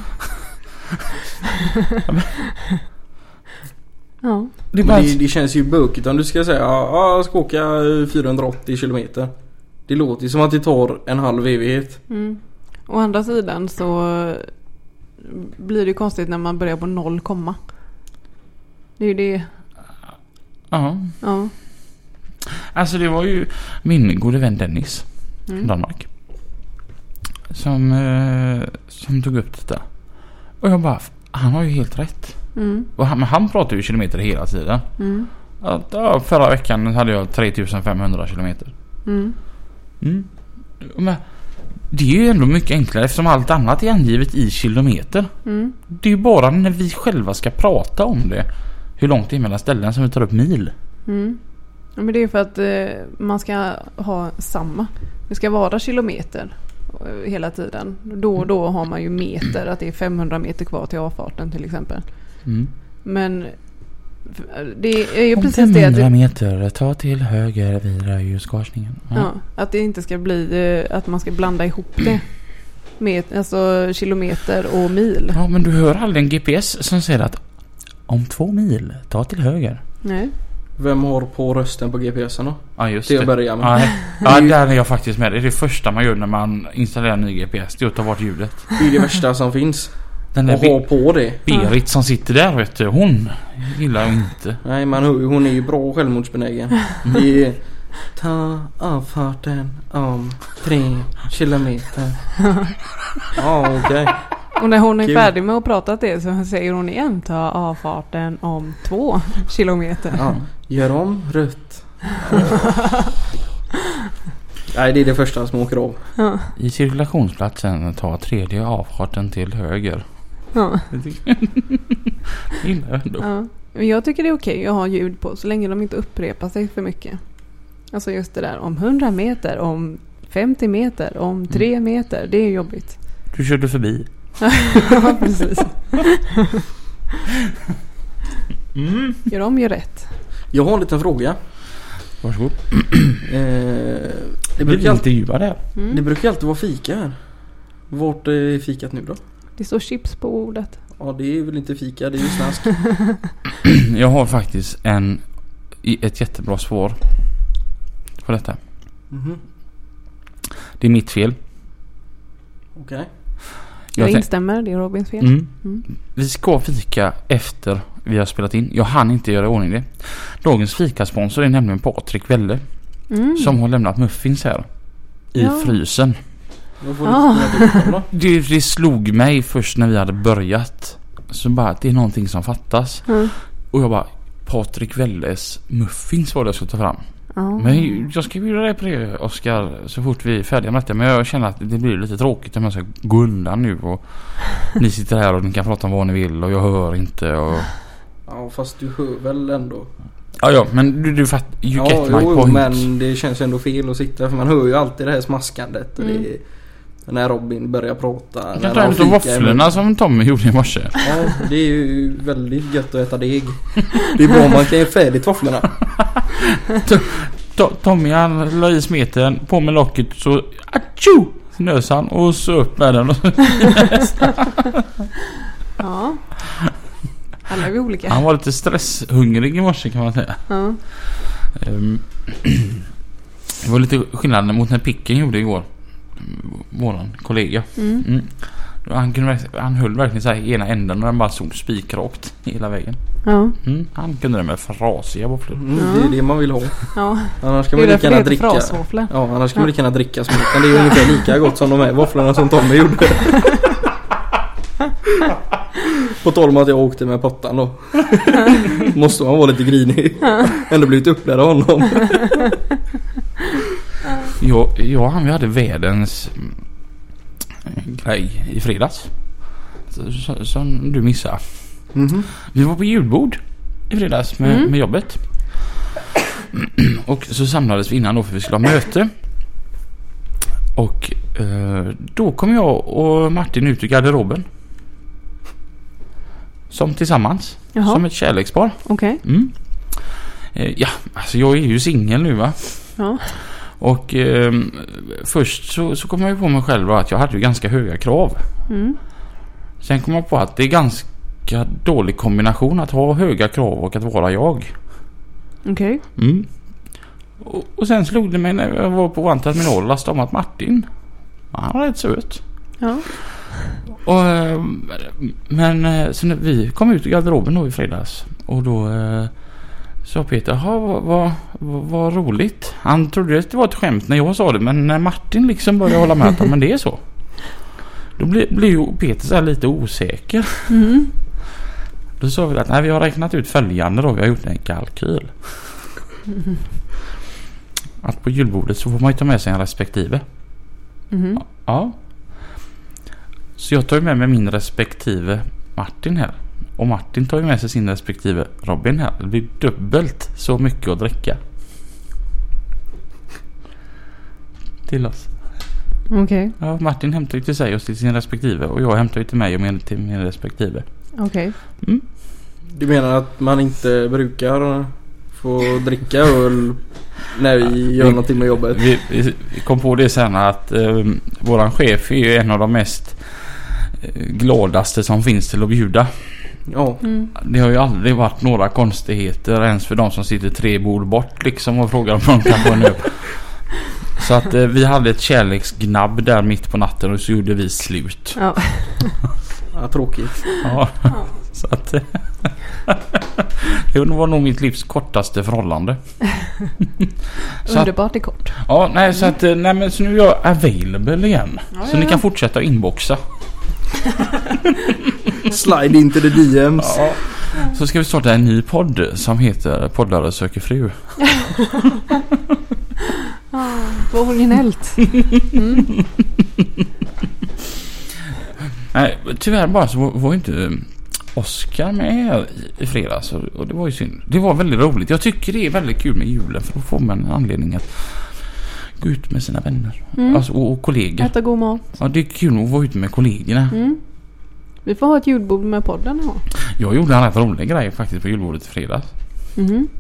Ja. Det, är Men bara det, det känns ju bökigt om du ska säga ja, jag ska åka fyrahundraåttio kilometer. Det låter ju som att det tar en halv evighet. Mm. Å andra sidan så blir det ju konstigt när man börjar på noll komma. Det är ju det. Ja. Ja. alltså det var ju min gode vän Dennis Mm. från Danmark. Som, eh, som tog upp detta. Och jag bara, han har ju helt rätt. Mm. Och han, men han pratar ju kilometer hela tiden. Mm. Att, ja, förra veckan hade jag tre tusen femhundra kilometer. Mm. Mm. Men det är ju ändå mycket enklare eftersom allt annat är angivet i kilometer. Mm. Det är ju bara när vi själva ska prata om det, hur långt det är mellan ställen, som vi tar upp mil. Mm. Ja, men det är för att eh, man ska ha samma. Det ska vara kilometer eh, hela tiden. Då och då har man ju meter, att det är femhundra meter kvar till avfarten till exempel. Mm. Men det är ju Om precis det femhundra att, meter, ta till höger vid rödljuskorsningen. Ja. ja, att det inte ska bli eh, att man ska blanda ihop det med alltså kilometer och mil. Ja, men du hör aldrig en G P S som säger att om två mil, ta till höger. Nej. Vem har på rösten på G P S'en då? Ja, just Till det. att börja med. Ja, ja, där är jag faktiskt med. Det är det första man gör när man installerar en ny G P S. Det är att ta bort ljudet. Det är det värsta som finns. Den där Och ha på det. Berit som sitter där, vet du, hon gillar jag inte. Nej, men hon hon är ju bra självmordsbenägen. Det är ta avfarten om tre kilometer. Ja, okej. Okay. Och när hon är Kul. färdig med att prata det så säger hon igen, ta avfarten om två kilometer. Ja, gör om rött. Nej, det är det första som åker av. Ja. I cirkulationsplatsen, ta tredje avfarten till höger. Ja. Det gillar jag ändå. Ja. Men jag tycker det är okej att ha ljud på så länge de inte upprepar sig för mycket. Alltså just det där om hundra meter, om femtio meter, om tre meter. Det är jobbigt. Du körde förbi. Ja, precis. Mm. Gör om, gör rätt. Jag har en liten fråga. Varsågod. Eh, det, Du brukar vill alltid, intervjua där. Mm. det brukar alltid vara fika här. Vart är fikat nu då? Det står chips på ordet. Ja, det är väl inte fika, det är ju snask. Jag har faktiskt en, ett jättebra svar på detta. Mhm. Det är mitt fel. Okej. Jag, tänk- instämmer, det är Robins fel. Mm. Mm. Vi ska fika efter vi har spelat in. Jag hann inte göra i ordning det. Dagens fikasponsor är nämligen Patrik Welle. Mm. Som har lämnat muffins här. I Ja. frysen. Då får Ah. du inte då. Det, det slog mig först när vi hade börjat. Så bara, det är någonting som fattas. Mm. Och jag bara, Patrik Welles muffins var det jag skulle ta fram. Ja. Men jag ska bjuda dig på det, Oskar, så fort vi är färdiga med detta. Men jag känner att det blir lite tråkigt om jag ska gå undan nu. Och ni sitter här och ni kan prata om vad ni vill och jag hör inte. Och... Ja, fast du hör väl ändå. Ja, ja, men du, du fattar. You Ja, get my jo, point. men det känns ändå fel att sitta. För man hör ju alltid det här smaskandet. Och Mm. det är, när Robin börjar prata. Jag när kan ta han en av fikar i våfflorna som Tommy gjorde i morse. Ja, det är ju väldigt gött att äta deg. Det är bra man kan ge färdigt våfflorna. To- Tommy han la i smeten på med locket så atjo snös han och så upp med den. Ja. Alla är vi olika. Han var lite stresshungrig i morse kan man säga. Ja. Um, det var lite skillnad mot när Picken gjorde igår. Våran kollega. Mm. Mm. Han, kunde, verk- han höll verkligen så här i ena änden och den bara stod spikrakt hela vägen. Ja. Mm. Han kunde det med frasiga våfflor. Mm, det är det man vill ha. Ja. Annars kan Det man är lika därför det gärna heter dricka. frasvåfflor. Ja, annars kan man lika gärna dricka smeten. Det är ungefär lika gott som de här våfflorna som Tommy gjorde. På tal om att jag åkte med pottan då. Måste man vara lite grinig. Ändå blivit upplärd av honom. Jag, jag och han vi hade världens mm, grej i fredags. Så, så, som du missade. Mhm. Vi var på julbord i fredags med, Mm. med jobbet. Och så samlades vi innan då för vi skulle ha möte. Och eh, då kom jag och Martin ut ur garderoben. Som tillsammans. Jaha. Som ett kärlekspar. Okej. Mm. Eh, ja, alltså jag är ju singel nu va. Ja. Och eh, först så, så kom jag ju på mig själv att jag hade ju ganska höga krav. Mm. Sen kom jag på att det är ganska dålig kombination att ha höga krav och att vara jag. Okej. Mm. Och, och sen slog det mig när jag var på One Terminal och lastade om att Martin, han var rätt söt. Ja. Och, eh, men eh, så när vi kom ut i garderoben då i fredags och då eh, sa Peter, jaha, vad, vad, vad, vad roligt. Han trodde att det var ett skämt när jag sa det, men när Martin liksom började hålla med att men det är så. Då blir, blir ju Peter så här lite osäker. Mm. Då sa vi att nej, vi har räknat ut följande då, vi har gjort en kalkyl. Mm. Att på julbordet så får man ju ta med sig en respektive. Mm. Ja. Så jag tar ju med mig min respektive Martin här. Och Martin tar ju med sig sin respektive Robin här. Det blir dubbelt så mycket att dricka. Till oss. Okej. Okay. Ja, Martin hämtar ju till sig och till sin respektive. Och jag hämtar ju till mig och min, till min respektive. Okej. Okay. Mm. Du menar att man inte brukar få dricka öl när vi gör vi, någonting med jobbet? Vi, vi kom på det sen att eh, våran chef är ju en av de mest eh, gladaste som finns till att bjuda. Ja. Mm. Det har ju aldrig varit några konstigheter ens för de som sitter tre bord bort liksom och frågar om de kan få en öl. Så att eh, vi hade ett kärleksgnabb där mitt på natten och så gjorde vi slut. Ja. Ja, tråkigt. Ja. Så att det var nog mitt livs kortaste förhållande. Så underbart är kort. Ja, nej så att nej men så nu är jag available igen. Ja, så ja. ni kan fortsätta inboxa. Slide into the D Ms. Ja. Så ska vi starta en ny podd som heter Poddare söker fru. Ah, vad originellt. Mm. Nej, tyvärr bara så var, var inte Oskar med i, i fredags och, och det var ju synd. Det var väldigt roligt. Jag tycker det är väldigt kul med julen för då får man en anledning att gå ut med sina vänner mm. alltså, och, och kollegor. Äta god mat. Ja, det är kul att vara ute med kollegorna. Mm. Vi får ha ett julbord med podden här. Jag gjorde en rätt rolig grej faktiskt på julbordet i fredags. Mm.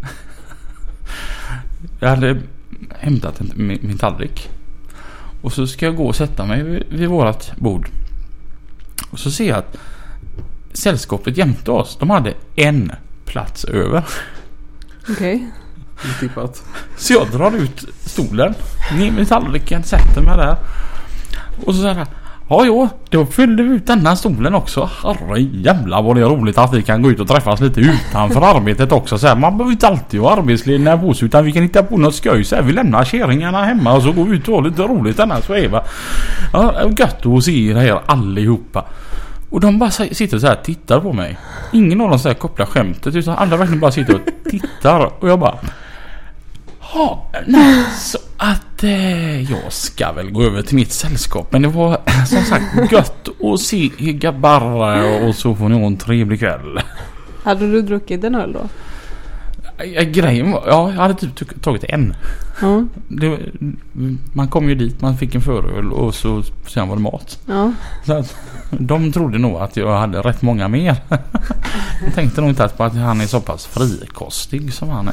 Jag hade hämtat en, min, min tallrik. Och så ska jag gå och sätta mig vid, vid vårat bord. Och så ser jag att sällskapet jämte oss, de hade en plats över. Okej. Okay. Så jag drar ut stolen, ner med tallriken, sätter mig där. Och så säger jag, ja jo, då fyllde vi ut denna stolen också. Herre jävla vad det är roligt att vi kan gå ut och träffas lite utanför arbetet också. Så här, man behöver inte alltid vara arbetsledare på oss, utan vi kan hitta på något skoj. Så här, vi lämnar kärringarna hemma och så går vi ut och har lite roligt denna sväva. Ja, gött att se det här allihopa. Och de bara sitter så här och tittar på mig. Ingen av dem så här kopplar skämtet, utan alla verkligen bara sitter och tittar. Och jag bara, ja, nej, så att eh, jag ska väl gå över till mitt sällskap. Men det var som sagt gött att se gabbarra och så får ni ha en trevlig kväll. Hade du druckit en öl då? Ja, grejen var, ja, jag hade typ tagit en. Mm. Det, man kom ju dit, man fick en föröl och så sen var det mat. Ja. Så att, de trodde nog att jag hade rätt många mer. Jag tänkte nog inte på att han är så pass frikostig som han är.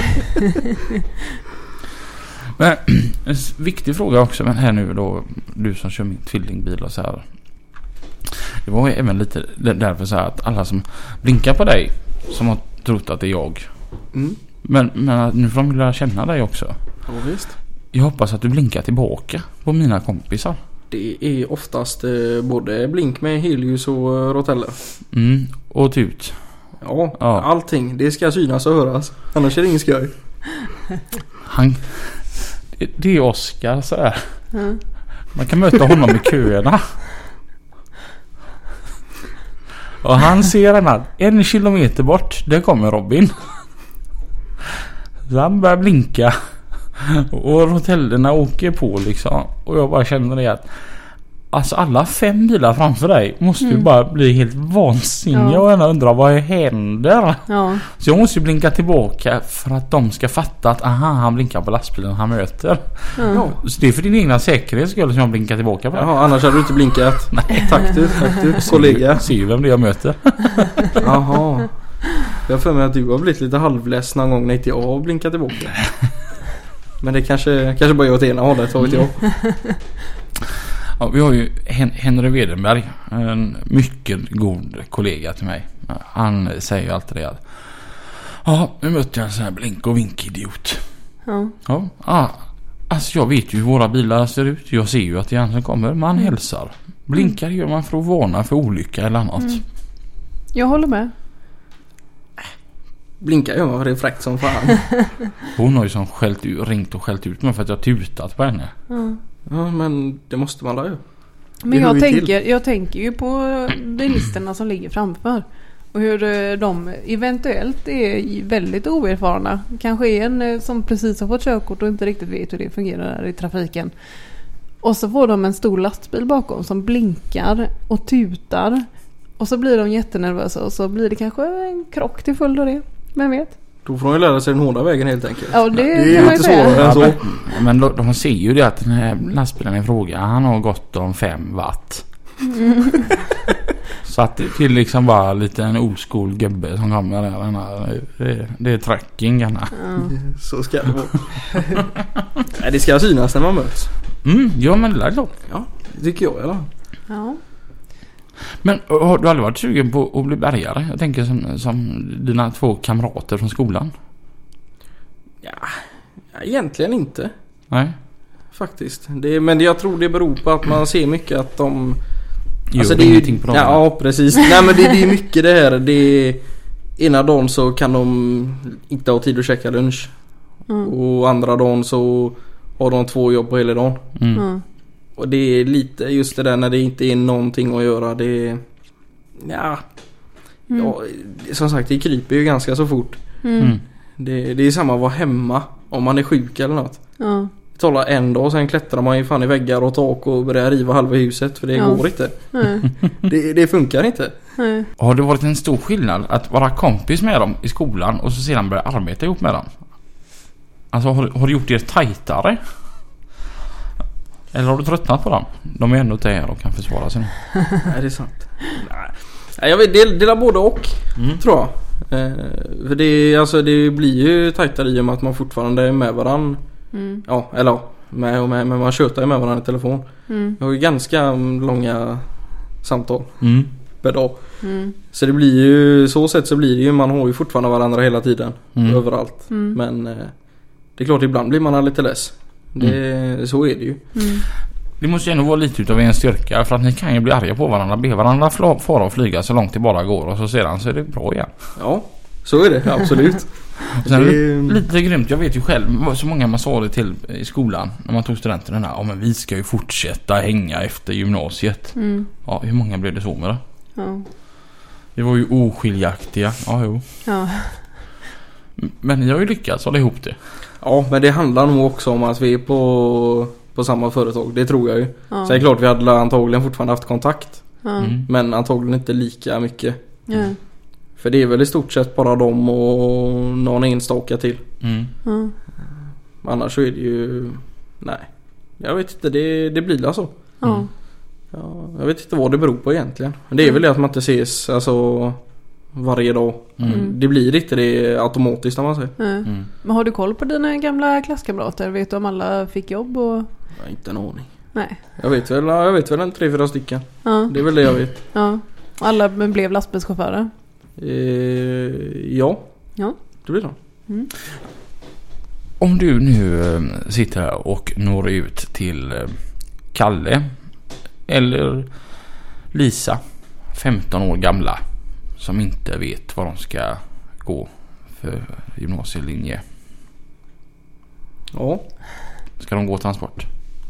Men en viktig fråga också, men här nu då, du som kör min tvillingbil och så här. Det var även lite därför så här att alla som blinkar på dig som har trott att det är jag. Mm. Men, men nu får de lära känna dig också. Ja, visst. Jag hoppas att du blinkar tillbaka på mina kompisar. Det är oftast eh, både blink med helljus och uh, roteller. Mm, och tut. Ja, Ja, allting. Det ska synas och höras. Annars är det ingen skoj. Han, det, det är Oskar så här. Mm. Man kan möta honom i köerna. Och han ser en att en kilometer bort, där kommer Robin. Så han börjar blinka. Och hotellerna åker på liksom. Och jag bara känner det att alltså alla fem bilar framför dig måste mm. ju bara bli helt vansinniga. Ja. Och jag undrar vad händer. Ja. Så jag måste ju blinka tillbaka för att de ska fatta att aha, han blinkar på lastbilen han möter. Mm. Ja. Så det är för din egna säkerhet skulle som jag blinkar tillbaka på. Jaha, annars hade du inte blinkat. Nej. Tack du, tack du, kollega. Se vem det är jag möter. Jaha. Jag för mig att du har blivit lite halvless någon gång när inte jag har blinkat tillbaka. Men det kanske, kanske bara jag åt ena hållet, vad vet jag. Ja, vi har ju Hen- Henry Wedenberg, en mycket god kollega till mig. Han säger ju alltid det att ja, nu mötte jag en sån här blink- och vinkidiot. Ja. Ja, ja, alltså jag vet ju hur våra bilar ser ut. Jag ser ju att det är han som kommer. Man mm. hälsar. Blinkar gör man för att varna för olycka eller annat. Mm. Jag håller med. Blinka gör man för det är fräckt som fan. Hon har ju som skällt ut, ringt och skällt ut mig för att jag har tutat på henne. Ja. Ja, men det måste man ju. Men jag tänker, jag tänker ju på bilisterna som ligger framför. Och hur de eventuellt är väldigt oerfarna. Kanske är en som precis har fått körkort och inte riktigt vet hur det fungerar där i trafiken. Och så får de en stor lastbil bakom som blinkar och tutar. Och så blir de jättenervösa och så blir det kanske en krock till följd av det. Vem vet? Då får de ju lära sig den hårda vägen helt enkelt. Ja, det, det kan är man inte ju säga. svårare än så. Ja, men de, de ser ju det att den här lastbilen i fråga, han har gått om fem watt. Mm. Så att det är liksom bara lite en old school gubbe som kommer där. Den här, det, det är tracking gärna. Ja. Så ska det vara. Nej, det ska synas när man möts. Mm, ja men det är klart. Ja, det tycker jag eller? Ja. Men har du aldrig varit sugen på att bli bärgare? Jag tänker som, som dina två kamrater från skolan. Ja, egentligen inte. Nej. Faktiskt. Det, men jag tror det beror på att man ser mycket att de... Gör alltså det det är ingenting på dem? Ja, ja, precis. Nej, men det, det är mycket det här. Det är, ena dagen så kan de inte ha tid att käka lunch. Mm. Och andra dagen så har de två jobb på hela dagen. Mm. Mm. Och det är lite just det där när det inte är någonting att göra. Det är... Ja... Mm. Ja, som sagt, det kryper ju ganska så fort. Mm. Mm. Det, det är samma att vara hemma om man är sjuk eller något. Ja. Det talar en dag och sen klättrar man ju fan i väggar och tak och börjar riva halva huset för det Ja. går inte. Nej. Det, det funkar inte. Nej. Har det varit en stor skillnad att vara kompis med dem i skolan och så sedan börja arbeta ihop med dem? Alltså har, har du gjort det tajtare? Eller har du tröttnat på dem? De är ändå inte här och kan försvara sig nu. Nej, det är sant. Nej, jag vet, det, det är både och, Mm. tror jag. Eh, för det, alltså, det blir ju tajtare i och med att man fortfarande är med varann. Mm. Ja, eller ja, med och med, men man tjötar ju med varandra i telefon. Mm. Jag har ju ganska långa samtal Mm. per dag. Mm. Så det blir ju, så sätt så blir det ju, man har ju fortfarande varandra hela tiden. Mm. Överallt. Mm. Men eh, det är klart, ibland blir man lite less. Det, så är det ju. Mm. Det måste ju ändå vara lite utav en styrka för att ni kan ju bli arga på varandra, be varandra fla- fara och flyga så långt det bara går och så sedan så är det bra igen. Ja, så är det, absolut. Och sen Det- det... lite grymt, jag vet ju själv så många man sa det till i skolan när man tog studenterna. Ja men vi ska ju fortsätta hänga efter gymnasiet. Mm. Ja, hur många blev det så med då? Ja. Vi var ju oskiljaktiga. Ja, jo. Ja. Men ni har ju lyckats hålla ihop det. Ja, men det handlar nog också om att vi är på, på samma företag. Det tror jag ju. Ja. Så det är klart, vi hade antagligen fortfarande haft kontakt. Ja. Mm. Men antagligen inte lika mycket. Ja. För det är väl i stort sett bara dem och någon enstaka till. Mm. Ja. Annars så är det ju... Nej. Jag vet inte, det, det blir alltså. Ja. Ja, jag vet inte vad det beror på egentligen. Men det är väl det att man inte ses alltså, varje dag. Mm. Det blir inte det automatiskt när man säger. Ja. Mm. Men har du koll på dina gamla klasskamrater? Vet du om alla fick jobb? Och... Jag har inte en aning. Nej. Jag vet väl, jag vet väl en tre, fyra stycken. Ja. Det är väl det jag vet. Ja. Alla blev lastbilschaufförer? Eh, ja, Ja. det blir det. Mm. Om du nu eh, sitter här och når ut till eh, Kalle eller Lisa, femton år gamla, som inte vet vad de ska gå för gymnasielinje. Ja. Ska de gå transport?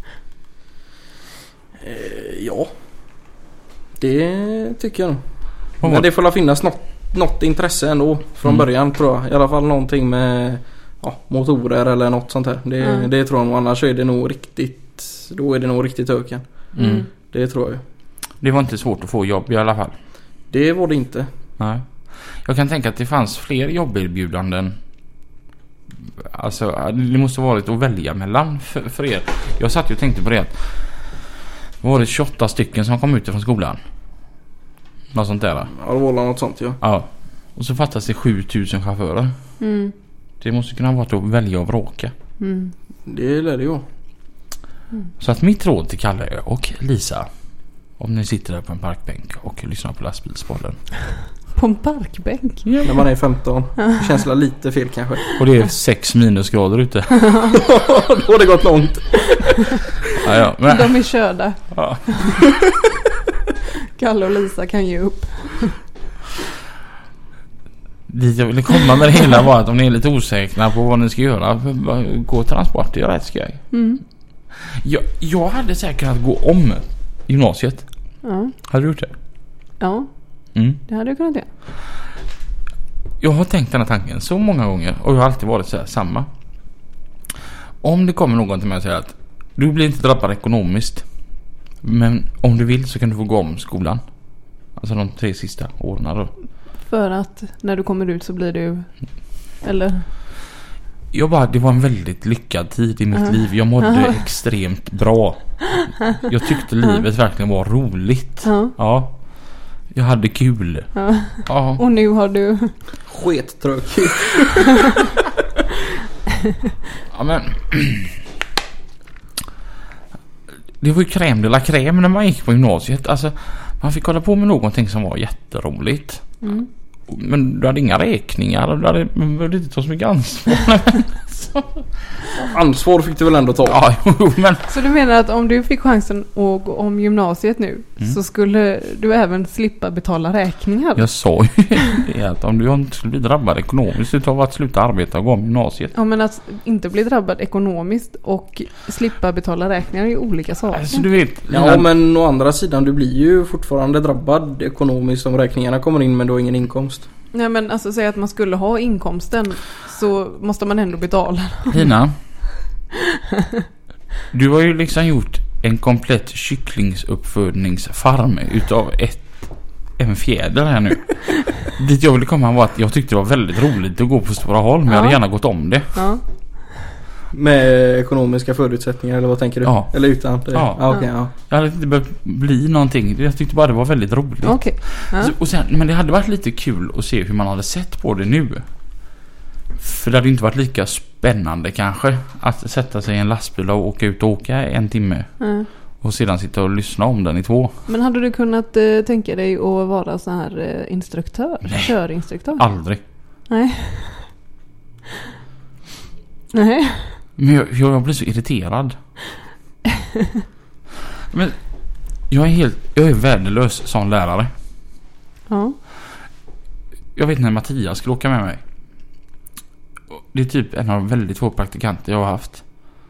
Eh, ja. Det tycker jag nog. Vad var Men det? det får la finnas något, något intresse ändå från Mm. början, tror jag. I alla fall någonting med ja, motorer eller något sånt här. Det, Mm. det tror jag nog. Annars är det nog riktigt, då är det nog riktigt öken. Mm. Det tror jag ju. Det var inte svårt att få jobb i alla fall. Det var det inte. Nej. Jag kan tänka att det fanns fler jobberbjudanden. Alltså det måste varit att välja mellan för, för er. Jag satt ju och tänkte på det. Vad var det, tjugoåtta stycken som kom ut från skolan? Något sånt där. Va? Ja, det var något sånt, ja. Ja. Och så fattas det sjutusen chaufförer. Mm. Det måste kunna vara att välja och vråka. Mm. Det lär det ju. Så att mitt råd till Kalle och Lisa, om ni sitter där på en parkbänk och lyssnar på lastbilspodden. På en parkbänk? När man är femton. Det känns lite fel kanske. Och det är sex minusgrader ute. Då har det gått långt. Ja, ja. Men, De är körda. ja. Kalle och Lisa kan ge upp. dit jag ville komma med det hela var att om ni är lite osäkra på vad ni ska göra, gå transport, det är rätt skoj. Mm. Jag, jag hade säkert att gå om gymnasiet. Ja. Hade du gjort det? Ja, Mm. det hade jag kunnat göra. Jag har tänkt den här tanken så många gånger och jag har alltid varit så här, samma. Om det kommer någon till mig och säger att du blir inte drabbad ekonomiskt, men om du vill så kan du få gå om skolan. Alltså de tre sista åren då. För att när du kommer ut så blir du... Eller? Jag bara, det var en väldigt lyckad tid i mitt Uh. liv. Jag mådde Uh. extremt bra. Jag tyckte livet verkligen var roligt. Ja. Ja. Jag hade kul. Ja. Ja. Och nu har du... Skittråkigt. Ja, men... Det var ju crème de la crème när man gick på gymnasiet. Alltså, man fick hålla på med någonting som var jätteroligt. Mm. Men du hade inga räkningar. Du hade, man behövde inte ta så mycket ansvar. Ansvar fick du väl ändå ta? Ja, jo, men... Så du menar att om du fick chansen att gå om gymnasiet nu Mm. så skulle du även slippa betala räkningar? Jag sa ju det, att om du inte skulle bli drabbad ekonomiskt utav att sluta arbeta och gå om gymnasiet. Ja, men att inte bli drabbad ekonomiskt och slippa betala räkningar är ju olika saker. Alltså du vet... Ja, men å andra sidan, du blir ju fortfarande drabbad ekonomiskt om räkningarna kommer in, men du har ingen inkomst. Nej, men alltså säg att man skulle ha inkomsten så måste man ändå betala. Lina, du har ju liksom gjort en komplett kycklingsuppfödningsfarm utav ett, en fjäder här nu. Dit jag ville komma var att jag tyckte det var väldigt roligt att gå på Stora Holm, men jag hade Ja. gärna gått om det. Ja. Med ekonomiska förutsättningar, eller vad tänker du? Ja. Eller utan? Det? Ja. Ja, okej, ja. Jag hade inte behövt bli någonting. Jag tyckte bara det var väldigt roligt. Okej. Ja. Så- Och sen, men det hade varit lite kul att se hur man hade sett på det nu. För det hade inte varit lika spännande kanske att sätta sig i en lastbil och åka ut och åka en timme Ja. och sedan sitta och lyssna om den i två. Men hade du kunnat eh, tänka dig att vara så här eh, instruktör? Nej. Körinstruktör? Aldrig. Nej. Nej. Men jag, jag blir så irriterad. Men jag är helt, jag är värdelös som lärare. Ja. Jag vet när Mattias skulle åka med mig. Det är typ en av de väldigt få praktikanter jag har haft.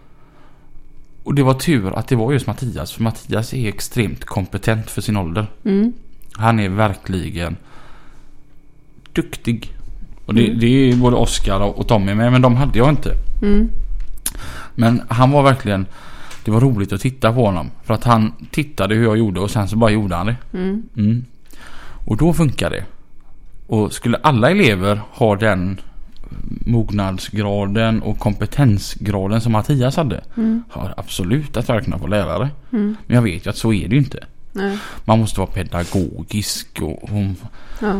Och det var tur att det var just Mattias. För Mattias är extremt kompetent för sin ålder. Mm. Han är verkligen duktig. Och det, Mm. det är både Oscar och, och Tommy med. Men de hade jag inte. Mm. Men han var verkligen... Det var roligt att titta på honom. För att han tittade hur jag gjorde och sen så bara gjorde han det. Mm. Mm. Och då funkar det. Och skulle alla elever ha den mognadsgraden och kompetensgraden som Mattias hade, Mm. har absolut att räkna på lärare. Mm. Men jag vet ju att så är det ju inte. Nej. Man måste vara pedagogisk och hon, Ja.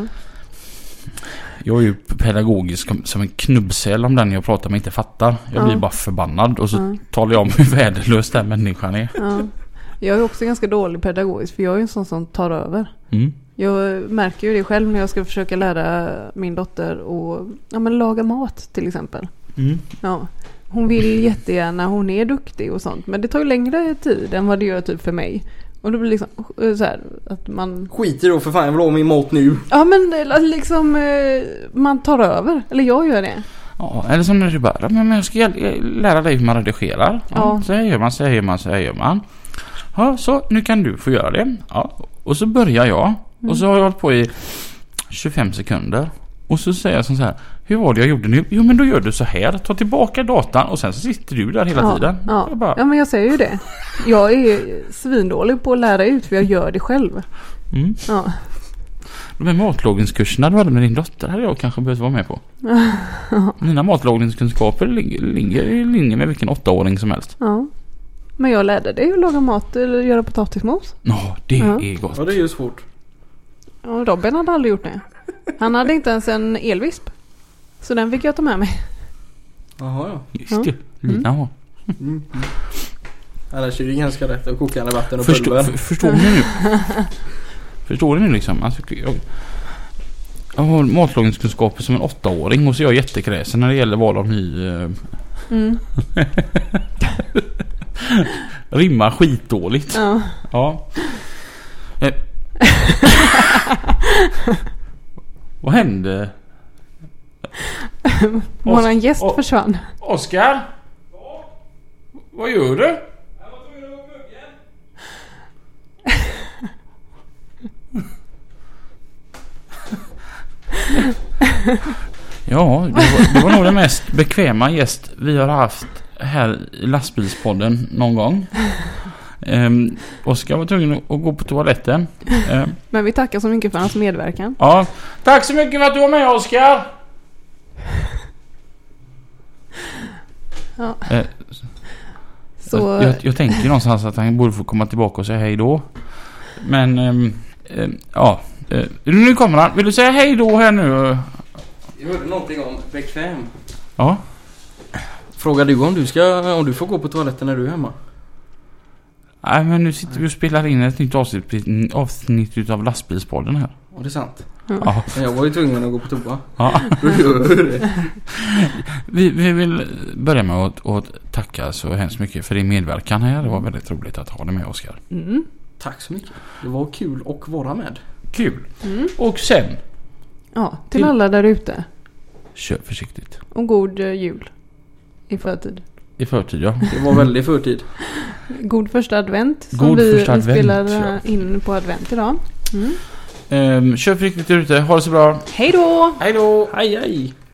jag är ju pedagogisk som en knubbsäl om den jag pratar med inte fattar. Jag Ja. blir bara förbannad och så Ja. talar jag om hur värdelös den människan är. Ja. Jag är också ganska dålig pedagogisk för jag är en sån som tar över. Mm. Jag märker ju det själv när jag ska försöka lära min dotter att ja, men laga mat till exempel. Mm. Ja. Hon vill jättegärna, hon är duktig och sånt. Men det tar ju längre tid än vad det gör typ för mig. Och då blir det liksom så här att man... Skit i då för fan, jag vill ha min mat nu. Ja men liksom eh, man tar över. Eller jag gör det. Ja, eller som när du bara, men jag ska lära dig hur man redigerar. Ja, Ja. Så här gör man, så här gör man, så här gör man. Ja, så nu kan du få göra det. Ja, och så börjar jag. Och så har jag hållit på i tjugofem sekunder. Och så säger jag så här, hur var det jag gjorde nu? Jo, men då gör du så här. Ta tillbaka datan och sen så sitter du där hela Ja, tiden. ja. Jag bara, ja men jag säger ju det. Jag är svindålig på att lära ut för jag gör det själv. mm. Ja. De här matlagningskurserna du hade med din dotter hade jag kanske behövt vara med på. Mina matlagningskunskaper ligger, ligger i linje med vilken åttaåring som helst. Ja. Men jag lärde dig att laga mat eller göra potatismos. Ja, det Ja. är gott. Ja, det är ju svårt. Ja, Robin hade aldrig gjort det. Han hade inte ens en elvisp. Så den fick jag ta med mig. Jaha, ja. Just Ja. det, Lina har. Mm. Annars är det ganska rätt att kokande vatten och Förstå, pulver. för, förstår ni nu? Förstår ni nu liksom? Alltså, jag, jag har matlagningskunskaper som en åttaåring och så är jag jättekräsen när det gäller val av ny... Eh, Mm. rimmar skitdåligt. Ja. Ja. Eh. Vad hände? Våran gäst Os- försvann. Oskar? Vad gör du? Ja, det var, det var nog den mest bekväma gäst vi har haft här i lastbilspodden någon gång. Um, Oskar var tvungen att gå på toaletten. Um, Men vi tackar så mycket för hans medverkan. ja, tack så mycket för att du var med, Oskar. Ja. Uh, Så... jag, jag, jag tänker någonstans att han borde få komma tillbaka och säga hej då. Men um, um, ja, uh, nu kommer han. Vill du säga hej då här nu? Jag hörde någonting om bekväm. Ja. Frågar du om du ska om du får gå på toaletten när du är hemma? Nej, men nu sitter vi och spelar in ett nytt avsnitt, avsnitt av lastbilspodden här. Ja, det är sant. Ja. Men jag var ju tvungen att gå på toa. Ja. Då gör jag det. Vi, vi vill börja med att, att tacka så hemskt mycket för din medverkan här. Det var väldigt roligt att ha dig med, Oskar. Mm. Tack så mycket. Det var kul att vara med. Kul. Mm. Och sen, Ja, till alla där ute. kör försiktigt. Och god eh, jul. I förtid. I förtid, ja. Det var väldigt förtid. God första advent. Som God vi, första vi advent, spelar ja. eh, in på advent idag. Mm. Um, kör försiktigt ute. Ha det så bra. Hej då! Hej då! Hej hej!